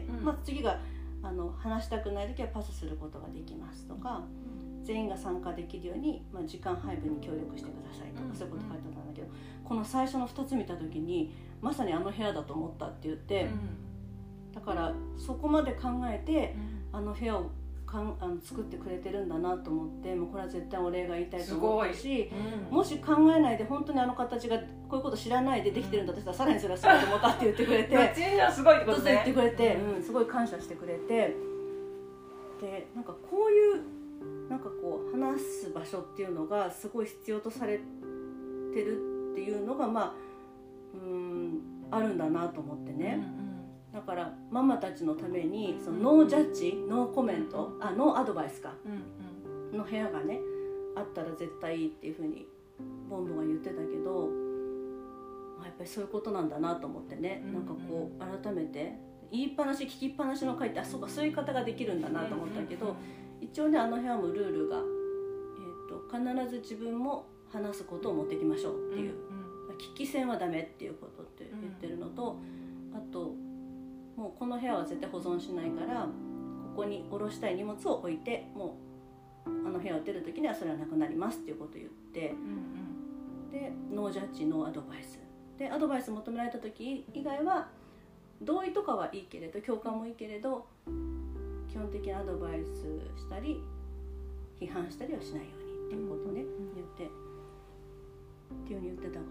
うん、まあ、次があの話したくないときはパスすることができますとか、うん、全員が参加できるように、まあ、時間配分に協力してくださいとか、うん、そういうこと書いてあったんだけど、この最初のふたつ見たときにまさにあの部屋だと思ったって言って、うん、だからそこまで考えて、うん、あの部屋をかんあの作ってくれてるんだなと思って、もうこれは絶対お礼が言いたいと思ったし、うん、もし考えないで本当にあの形がこういうこと知らないでできてるんだとしたら、うん、さらにそれはすごいと思ったって言ってくれてすごいってことね、 言ってくれて、うん、すごい感謝してくれて、でなんかこういうなんかこう話す場所っていうのがすごい必要とされてるっていうのが、まあ、うーんあるんだなと思ってね、うんだからママたちのためにそのノージャッジ、ノーコメント、あノーアドバイスか、うんうん、の部屋がねあったら絶対いいっていう風にボンボンが言ってたけど、まあ、やっぱりそういうことなんだなと思ってね、うんうん、なんかこう改めて言いっぱなし聞きっぱなしの会って、あそうかそういう方ができるんだなと思ったけど、うんうんうん、一応ねあの部屋もルールが、えーと、必ず自分も話すことを持ってきましょうっていう、うんうん、聞き戦はダメっていうことって言ってるのと、あともうこの部屋は絶対保存しないから、ここに下ろしたい荷物を置いて、もうあの部屋を出る時にはそれはなくなりますっていうことを言って、うんうん、でノージャッジノーアドバイスで、アドバイス求められた時以外は同意とかはいいけれど、共感もいいけれど、基本的なアドバイスしたり批判したりはしないようにっていうことをね、うん、言ってっていうふうに言ってたから、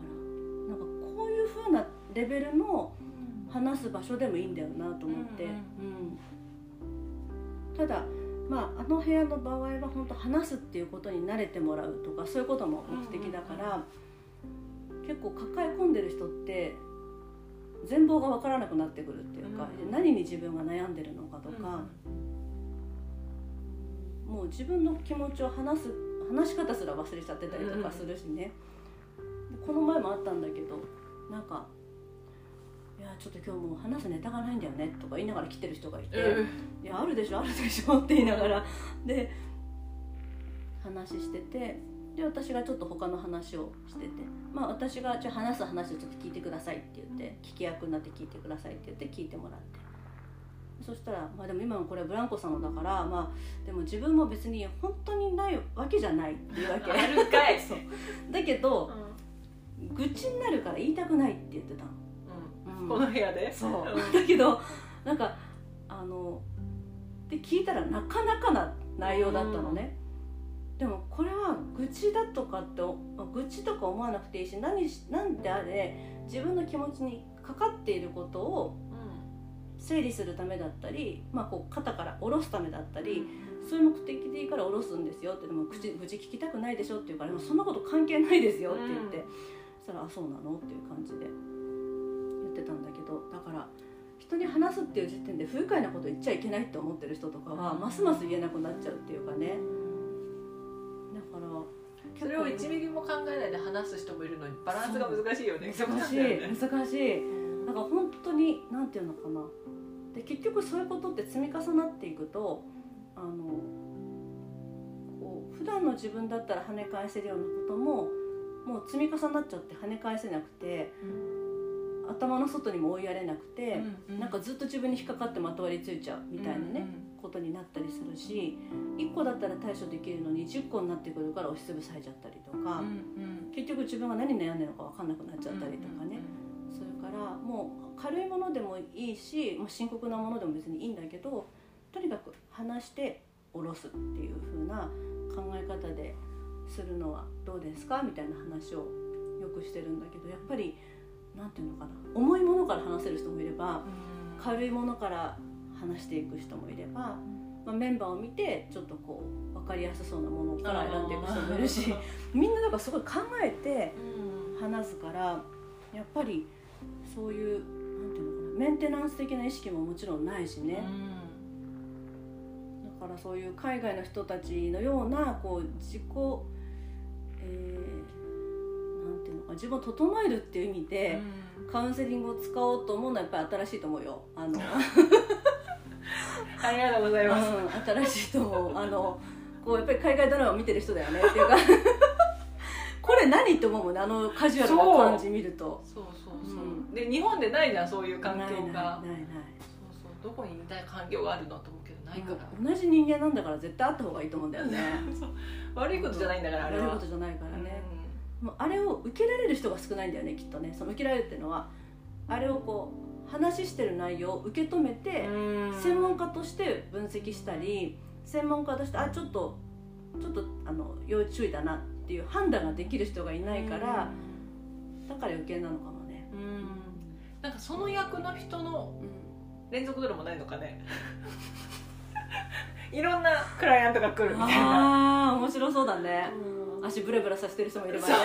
なんかこういう風なレベルの話す場所でもいいんだよなと思って、うんうんうん、ただ、まあ、あの部屋の場合は本当話すっていうことに慣れてもらうとかそういうことも目的だから、うんうんうん、結構抱え込んでる人って全貌が分からなくなってくるっていうか、うんうん、何に自分が悩んでるのかとか、うん、もう自分の気持ちを話す話し方すら忘れちゃってたりとかするしね、うんうん、この前もあったんだけど、なんかいやちょっと今日もう話すネタがないんだよねとか言いながら来てる人がいて、うん、いやあるでしょあるでしょって言いながらで話してて、で私がちょっと他の話をしてて、まあ私がじゃあ話す話をちょっと聞いてくださいって言って、聞き役になって聞いてくださいって言って聞いてもらって、そしたら、まあ、でも今のこれはブランコさんのだから、まあでも自分も別に本当にないわけじゃないっていうわけあるかいそうだけど、うん、愚痴になるから言いたくないって言ってたの、うん、 この部屋でそうだけどなんかあのってで聞いたらなかなかな内容だったのね、うん、でもこれは愚痴だとかって愚痴とか思わなくていいし、何なんであれ自分の気持ちにかかっていることを整理するためだったり、まあ、こう肩から下ろすためだったり、うん、そういう目的でいいから下ろすんですよって。でも愚痴、愚痴聞きたくないでしょって言うから、そんなこと関係ないですよって言って、うん、そしたらあそうなのっていう感じで言ってたんだけど、だから人に話すっていう時点で不愉快なこと言っちゃいけないって思ってる人とかは、うん、ますます言えなくなっちゃうっていうかね。だからそれをいちミリも考えないで話す人もいるのにバランスが難しいよね。 難しい難しい。なんか本当になんていうのかな。で結局そういうことって積み重なっていくと、あのこう普段の自分だったら跳ね返せるようなことももう積み重なっちゃって跳ね返せなくて、うん、頭の外にも追いやれなくて、うんうん、なんかずっと自分に引っかかってまとわりついちゃうみたいなね、うんうん、ことになったりするし、いっこだったら対処できるのにじゅっこになってくるから押しつぶされちゃったりとか、うんうん、結局自分が何悩んでるのか分かんなくなっちゃったりとかね、うんうん、それからもう軽いものでもいいし、もう深刻なものでも別にいいんだけど、とにかく話して下ろすっていう風な考え方でするのはどうですかみたいな話をよくしてるんだけど、やっぱりなんていうのかな、重いものから話せる人もいれば、うん、軽いものから話していく人もいれば、まあ、メンバーを見てちょっとこう分かりやすそうなものから選んでいく人もいるし、みんなだからすごい考えて話すから、やっぱりそういうなんていうのかな、メンテナンス的な意識ももちろんないしね、うん、だからそういう海外の人たちのようなこう自己、えー、なんていうのか、自分を整えるっていう意味で、うん、カウンセリングを使おうと思うのはやっぱり新しいと思うよ。あのありがとうございます、 うん、新しいと思う。あのこうやっぱり海外ドラマを見てる人だよねっていうかこれ何って思うもんね、あのカジュアルな感じ見ると。 そうそうそうそう、うん、で日本でないじゃんそういう環境が。ないないないない。そうそう、どこに似た環境があるのと思うけどないから、 うん、同じ人間なんだから絶対あった方がいいと思うんだよねそう、悪いことじゃないんだから、あれは悪いことじゃないからね、うん、もうあれを受けられる人が少ないんだよねきっとね。その受けられるっていうのは、あれをこう話してる内容を受け止めて専門家として分析したり、専門家としてあちょっとちょっとあの要注意だなっていう判断ができる人がいないから、だから余計なのかもね。うん、 なんかその役の人の連続ドラマないのかねいろんなクライアントが来るみたいな。 あー面白そうだね。足ブラブラさせてる人もいればね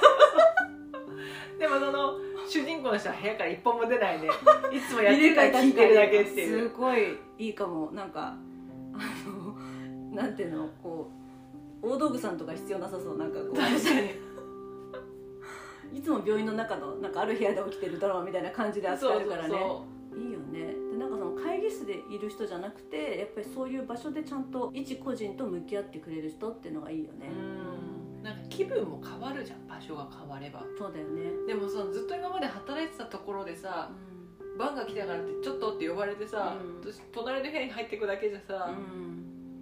でもその主人公の人は部屋から一本も出ないでいつもやってるから聞いてるだけっていう。 すごいいいかも。なんかあのなんていうの、こう大道具さんとか必要なさそう。なんかこういつも病院の中のなんかある部屋で起きてるドラマみたいな感じで扱えるからね。そうそうそう、いいよね。でなんかその会議室でいる人じゃなくて、やっぱりそういう場所でちゃんと一個人と向き合ってくれる人っていうのがいいよね。 うん、なんか気分も変わるじゃん、場所が変われば。 そうだよね。 でもさ、ずっと今まで働いてたところでさ、うん、バンが来たからってちょっとって呼ばれてさ、うん、隣の部屋に入っていくだけじゃさ、うん、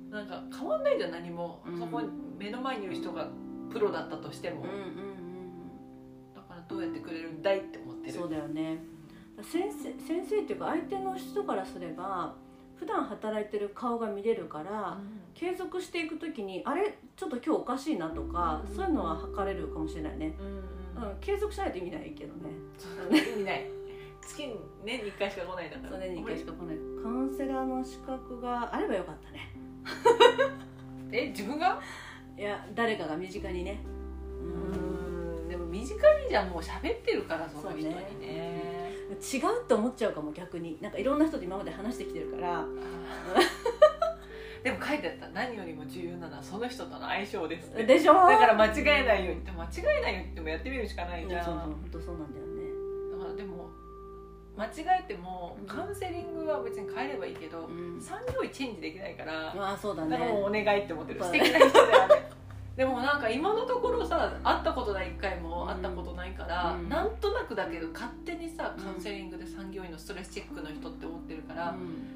なんか変わんないじゃん何も、うん、そこに目の前にいる人がプロだったとしても、うんうんうん、だからどうやってくれるんだいって思ってる。 そうだよね。先生、先生っていうか相手の人からすれば普段働いてる顔が見れるから、うん、継続していくときにあれちょっと今日おかしいなとか、うん、そういうのは測れるかもしれないね、うんうんうん、継続しないと意味ないけどね意味ない月に年にいっかいしか来ないんだから。 そう、年にいっかいしか来ない。カウンセラーの資格があればよかったねえ、自分が？ いや、誰かが身近にね。 うーん、でも身近にじゃもう喋ってるからその人に ね, ね違うって思っちゃうかも逆に。なんかいろんな人と今まで話してきてるからでも書いてあった、何よりも重要なのはその人との相性ですって。 でしょ。 だから間違えないようにって、間違えないようにってもやってみるしかないじゃん。 そうそう、本当そうなんだよね。 だからでも間違えてもカウンセリングは別に変えればいいけど、うん、産業医チェンジできないから、 あ、そうだね、 だからもうお願いって思ってる。素敵な人だよねでもなんか今のところさ、会ったことないいっかいも会ったことないから、うん、なんとなくだけど勝手にさ、カウンセリングで産業医のストレスチェックの人って思ってるから、うん、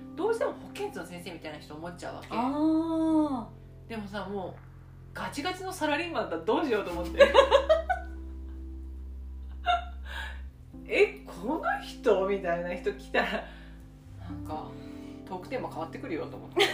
どうしても保健室の先生みたいな人思っちゃうわけ。あ、でもさ、もうガチガチのサラリーマンだったらどうしようと思ってえ、この人みたいな人来たらなんかトークテーマ変わってくるよと思って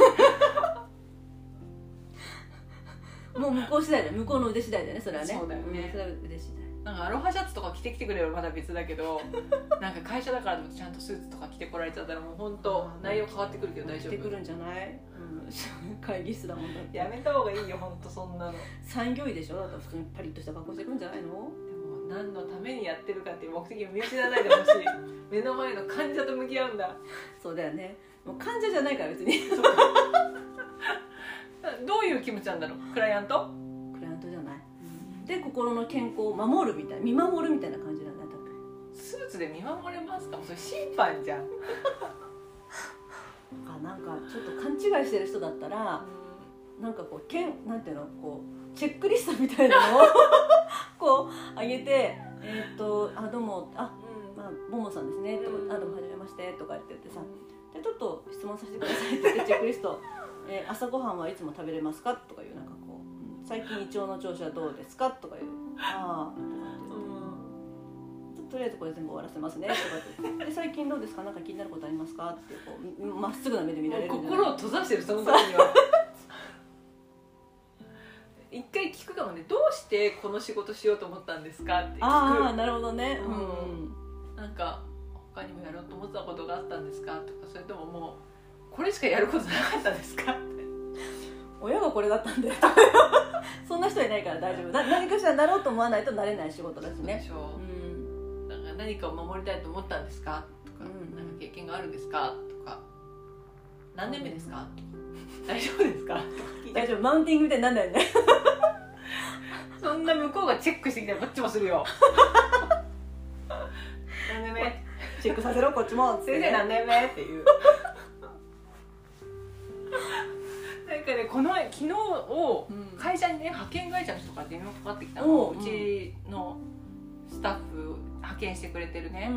もう向こう次第だよ、向こうの腕次第だよね、それはね。 そうだよね、 うん、それは腕次第。 なんかアロハシャツとか着てきてくれればまだ別だけどなんか会社だからとちゃんとスーツとか着てこられちゃったらもう本当内容変わってくるけど大丈夫？ 着てくるんじゃない、うん、会議室だもんだって。 やめた方がいいよ本当そんなの。 産業医でしょ、だから普通にパリッとした格好してくんじゃないの？ でも何のためにやってるかっていう目的を見失わないでほしい目の前の患者と向き合うんだ。 そうだよね、もう患者じゃないから別にどういう気持ちなんだろう、クライアントクライアントじゃない、うん、で心の健康を守るみたいな、見守るみたいな感じなんだよ多分。 スーツで見守れますか？もうそれ審判じゃんなんかちょっと勘違いしてる人だったら、うん、なんかこうけんなんていうの、こうチェックリストみたいなのをこう上げて、えー、っとあどうもあ、うんまあ、ボモさんですね、うん、あどうもはじめましてとかって言ってさ、でちょっと質問させてくださいって言ってチェックリスト、えー、朝ごはんはいつも食べれますかとかいう、なんかこう最近胃腸の調子はどうですかとかいう、ああとかって言って、うん、とりあえずこれ全部終わらせますねとかって言って、で最近どうですか、なんか気になることありますかってこうまっすぐな目で見られる。 心を閉ざしてるその時には一回聞くかもね、どうしてこの仕事しようと思ったんですかって聞く。 ああなるほどね、 うん、なんか他にもやろうと思ってたことがあったんですかとか、それとももうこれしかやることなかったですかって。 親がこれだったんだよそんな人いないから大丈夫。何かしらなろうと思わないとなれない仕事だしね。 そうでしょ、うん、なんか何かを守りたいと思ったんですかとか、うん、なんか経験があるんですかとか、何年目ですか、うん、大丈夫ですか大丈夫、マウンティングみたいになんだよねそんな向こうがチェックしてきたらこっちもするよ何年目チェックさせろこっちも、 先生何年目っていうなんかね、この昨日を会社にね、派遣会社の人から電話かかってきたの、うん、うちのスタッフ派遣してくれてるね、うんうん、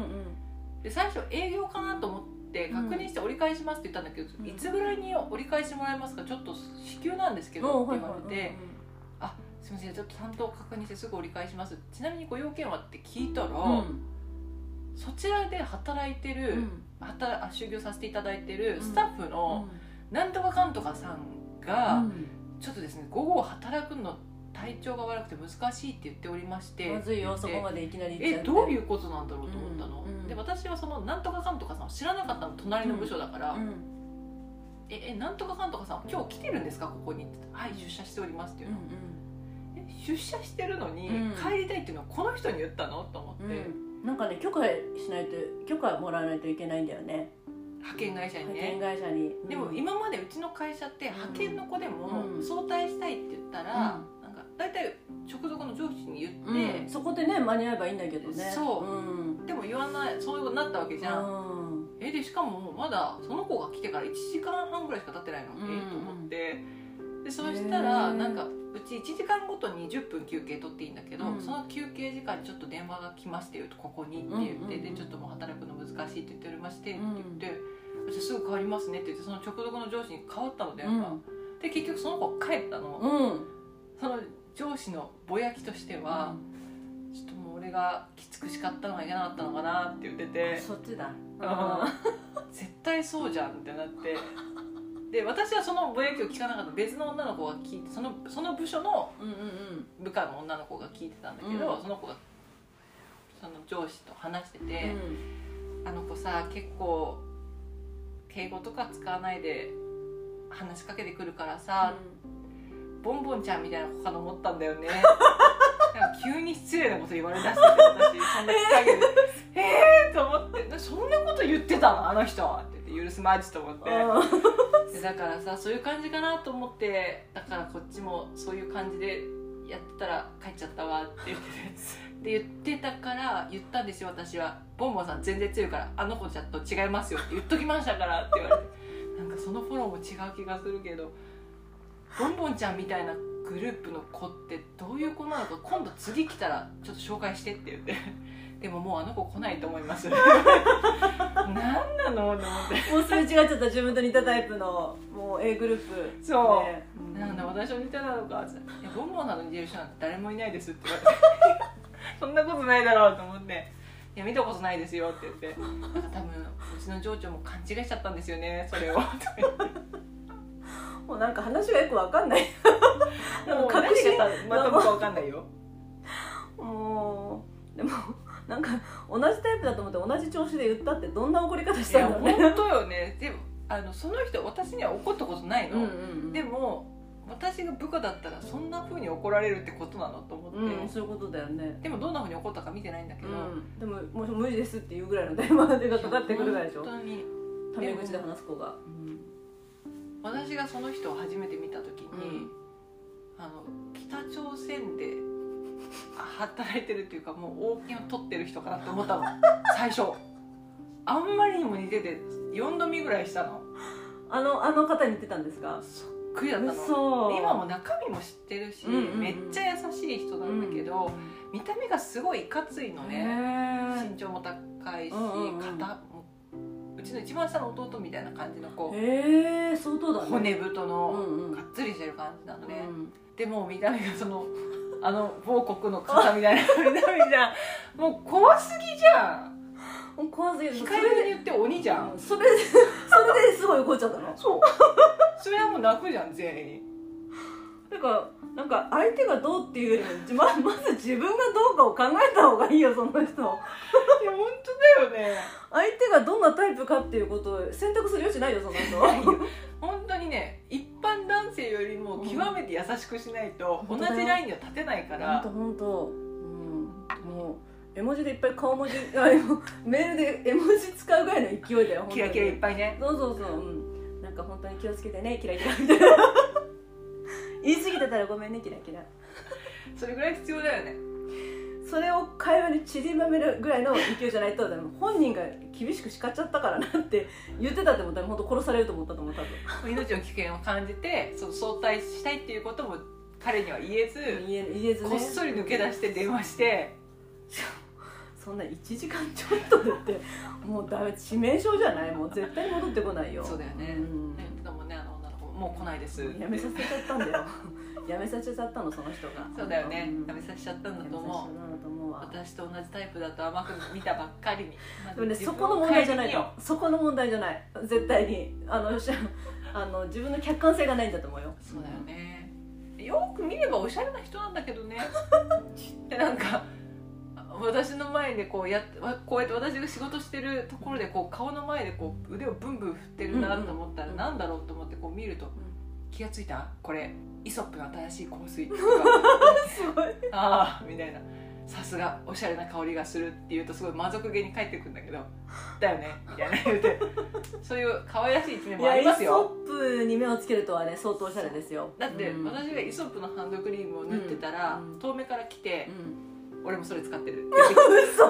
で最初営業かなと思って確認して折り返しますって言ったんだけど、うん、いつぐらいに折り返してもらえますか、ちょっと至急なんですけどって言われて、あ、すみません、ちょっと担当確認してすぐ折り返します、ちなみにご用件はって聞いたら、うん、そちらで働いてる、うん、働就業させていただいてるスタッフのなんとかかんとかさんが、うん、ちょっとですね午後働くの体調が悪くて難しいって言っておりまして、 まずいよそこまでいきなり言っちゃって、えどういうことなんだろうと思ったの、うん、で私はそのなんとかかんとかさんを知らなかったの、隣の部署だから、うんうん、ええなんとかかんとかさん今日来てるんですかここにって言って、はい出社しておりますっていうの、うんうん、え出社してるのに帰りたいっていうのはこの人に言ったのと思って、 うん、なんかね許可しないと許可もらわないといけないんだよね、 派遣会社にね。 派遣会社に、うん、 でも今までうちの会社って派遣の子でも早退したいって言ったら、うん、なんか大体直属の上司に言って、 うん、そこでね間に合えばいいんだけどね。 そう、うん、でも言わない、そういうことになったわけじゃん、うん、えでしかもまだその子が来てからいちじかんはんぐらいしか経ってないの、うん、えと思って、でそうしたらなんかうちいちじかんごとにじゅっぷん休憩取っていいんだけど、うん、その休憩時間にちょっと電話が来ましてよと、ここにって言って、うんうんうん、でちょっともう働くの難しいって言っておりましてって言って、うん、じゃあすぐ変わりますねって言って、その直属の上司に変わったの電話、うん、で結局その子が帰ったの、うん、その上司のぼやきとしては、うん、ちょっともう俺がきつく叱ったのがいけなかったのかなって言ってて、 そっちだ、 絶対そうじゃんってなって、で私はそのぼやきを聞かなかった、別の女の子が聞いて、その、その部署の部下の女の子が聞いてたんだけど、うん、その子がその上司と話してて、うん、あの子さ結構敬語とか使わないで話しかけてくるからさ、うん、ボンボンちゃんみたいな子かと思ったんだよねなんか急に失礼なこと言われだしてて、私そんな機会でえーと思って、そんなこと言ってたのあの人って言って、許すまじと思ってでだからさそういう感じかなと思って、だからこっちもそういう感じでやってたら帰っちゃったわって言ってで言ってたから言ったんですよ私は、ボンボンさん全然強いからあの子ちゃんと違いますよって言っときましたからって言われてなんかそのフォローも違う気がするけど、ボンボンちゃんみたいなグループの子ってどういう子なのか、今度次来たらちょっと紹介してって言ってでももうあの子来ないと思います何なのと思って、 もうすれ違っちゃった自分と似たタイプのもう A グループそう、ね、なんだ私と似たなのかって、いやボンボンなのに似てる人なんて誰もいないですって言われてそんなことないだろうと思って、 いや見たことないですよって言ってなんか多分うちの情緒も勘違いしちゃったんですよねそれをもうなんか話がよくわかんないもう何がまた僕はわかんないよもうでもなんか同じタイプだと思って同じ調子で言ったってどんな怒り方したんだろうね。 本当よね。でもあのその人私には怒ったことないの、 うんうんうん、でも私が部下だったらそんな風に怒られるってことなのと思って、 うん、そういうことだよね。 でもどんな風に怒ったか見てないんだけど、うん、 でももう無理ですっていうぐらいの電話がかかってくるぐらいでしょ。 本当にタメ口で話す子が、うん、 私がその人を初めて見た時に、うん、あの北朝鮮で働いてるっていうかもう王権を取ってる人かなって思ったの最初あんまりにも似ててよんど見ぐらいしたの。 あのあの方に似てたんですか。 そっくりだったの。今も中身も知ってるし、うんうんうん、めっちゃ優しい人なんだけど、うん、見た目がすごいいかついのね。身長も高いし、うんうんうん、肩もうちの一番下の弟みたいな感じの子、 へー相当だね、 骨太のがっつりしてる感じなのね、うんうん、でも見た目がそのあの某国の方みたいな見た目じゃんもう怖すぎじゃん。 怖すぎる。 控えめに言って鬼じゃん。 それでそれですごい怒っちゃったの。 そうそれはもう泣くじゃん全員。 だからなんか相手がどうっていうよりも ま, まず自分がどうかを考えた方がいいよその人。いや本当だよね。 相手がどんなタイプかっていうことを選択する余地ないよその人。 本当にね一般男性よりも極めて優しくしないと同じラインには立てないから。 本当本当。もう絵文字でいっぱい顔文字メールで絵文字使うぐらいの勢いだよ。 キラキラいっぱいね。 そうそうそう、うん、なんか本当に気をつけてねキラキラみたいな言い過ぎてたらごめんねキラキラ。 それぐらい必要だよね。 それを会話に散りばめるぐらいの勢いじゃないとでも本人が厳しく叱っちゃったからなって言ってたって思ったら本当殺されると思ったと思う多分。 命の危険を感じてそ相対したいっていうことも彼には言えず、 言え、言えずね、 こっそり抜け出して電話してそんないちじかんちょっとでってもうダメ致命傷じゃない。もう絶対戻ってこないよ。 そうだよね。うん、言ってたもんねあの女の子もう来ないです。 やめさせちゃったんだよ。やめさせちゃったのその人が。 そうだよね。やめさせちゃったんだと思う。私と同じタイプだと甘く見たばっかりに。 でもねそこの問題じゃないよ。そこの問題じゃない。絶対にあのあの自分の客観性がないんだと思うよ。 そうだよね。よく見ればおしゃれな人なんだけどね。でなんか。私の前でこうやこうやって私が仕事してるところでこう顔の前でこう腕をブンブン振ってるなと思ったらなんだろうと思ってこう見ると気がついたこれイソップの新しい香水とかすごいああみたいなさすがおしゃれな香りがするって言うとすごい満足げに返ってくるんだけどだよねみたいな言うてそういう可愛らしい一面もありますよ。 いやイソップに目をつけるとはね相当おしゃれですよ。 だって、うん、私がイソップのハンドクリームを塗ってたら、うん、遠目から来て、うん俺もそれ使ってる嘘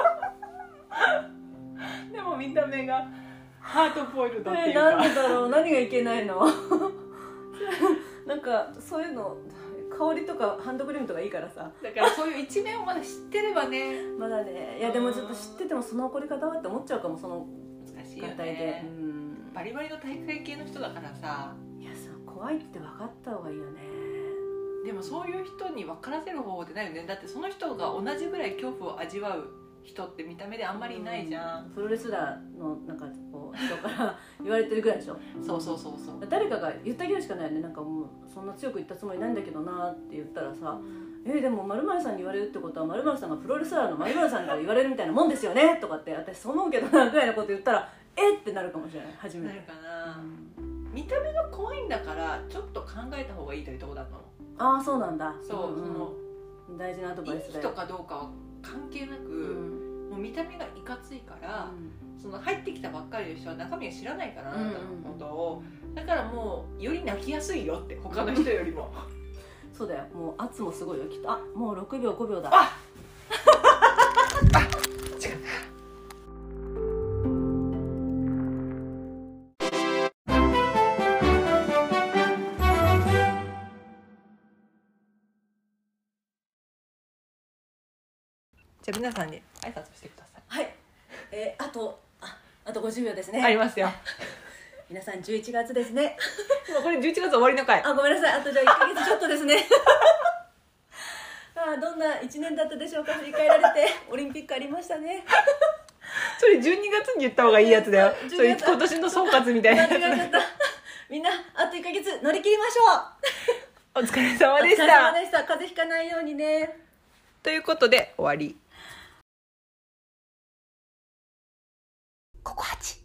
でも見た目がハートボイルドっていうか、えー、 なんでだろう何がいけないのなんかそういうの香りとかハンドクリームとかいいからさ。 だからそういう一面をまだ知ってればねまだねいやでもちょっと知っててもその怒り方はって思っちゃうかもその難しいよね。うんバリバリの体育会系の人だからさいやさ怖いって分かった方がいいよね。 でもそういう人に分からせる方法ってないよね。だってその人が同じぐらい恐怖を味わう人って見た目であんまりいないじゃん、 うん、プロレスラーのなんかこう人から言われてるぐらいでしょそうそうそうそう誰かが言ってあげるしかないよね。なんかもうそんな強く言ったつもりないんだけどなって言ったらさ、うん、えー、でも〇〇さんに言われるってことは〇〇さんがプロレスラーの〇〇さんから言われるみたいなもんですよねとかって私そう思うけどなぐらいのこと言ったらえってなるかもしれない初めて。 なるかな、うん、見た目が怖いんだからちょっと考えた方がいいというところだったの。 ああそうなんだ。 そう、うん、その大事なアドバイスだよ。 いい人かどうかは関係なく、うん、もう見た目がいかついから、うん、その入ってきたばっかりの人は中身が知らないからあなたのことを、うん、だからもうより泣きやすいよって他の人よりもそうだよ。もう圧もすごいよきっと。あもうろくびょうごびょうだ。 ああ違うじゃあ皆さんに挨拶してください。 はい、えー、あと あ, あとごじゅうびょうですね。 ありますよ皆さんじゅういちがつですねもうこれじゅういちがつ終わりの回。 あごめんなさいあとじゃあいっかげつちょっとですねあどんなないちねんだったでしょうか。振り返られてオリンピックありましたね。 それじゅうにがつに言った方がいいやつだよ。それ今年の総括みたいなやつ。 間違えちゃった。みんなあといっかげつ乗り切りましょう。 お疲れ様でした。 お疲れ様でした。風邪ひかないようにね。 ということで終わり。ココハチ。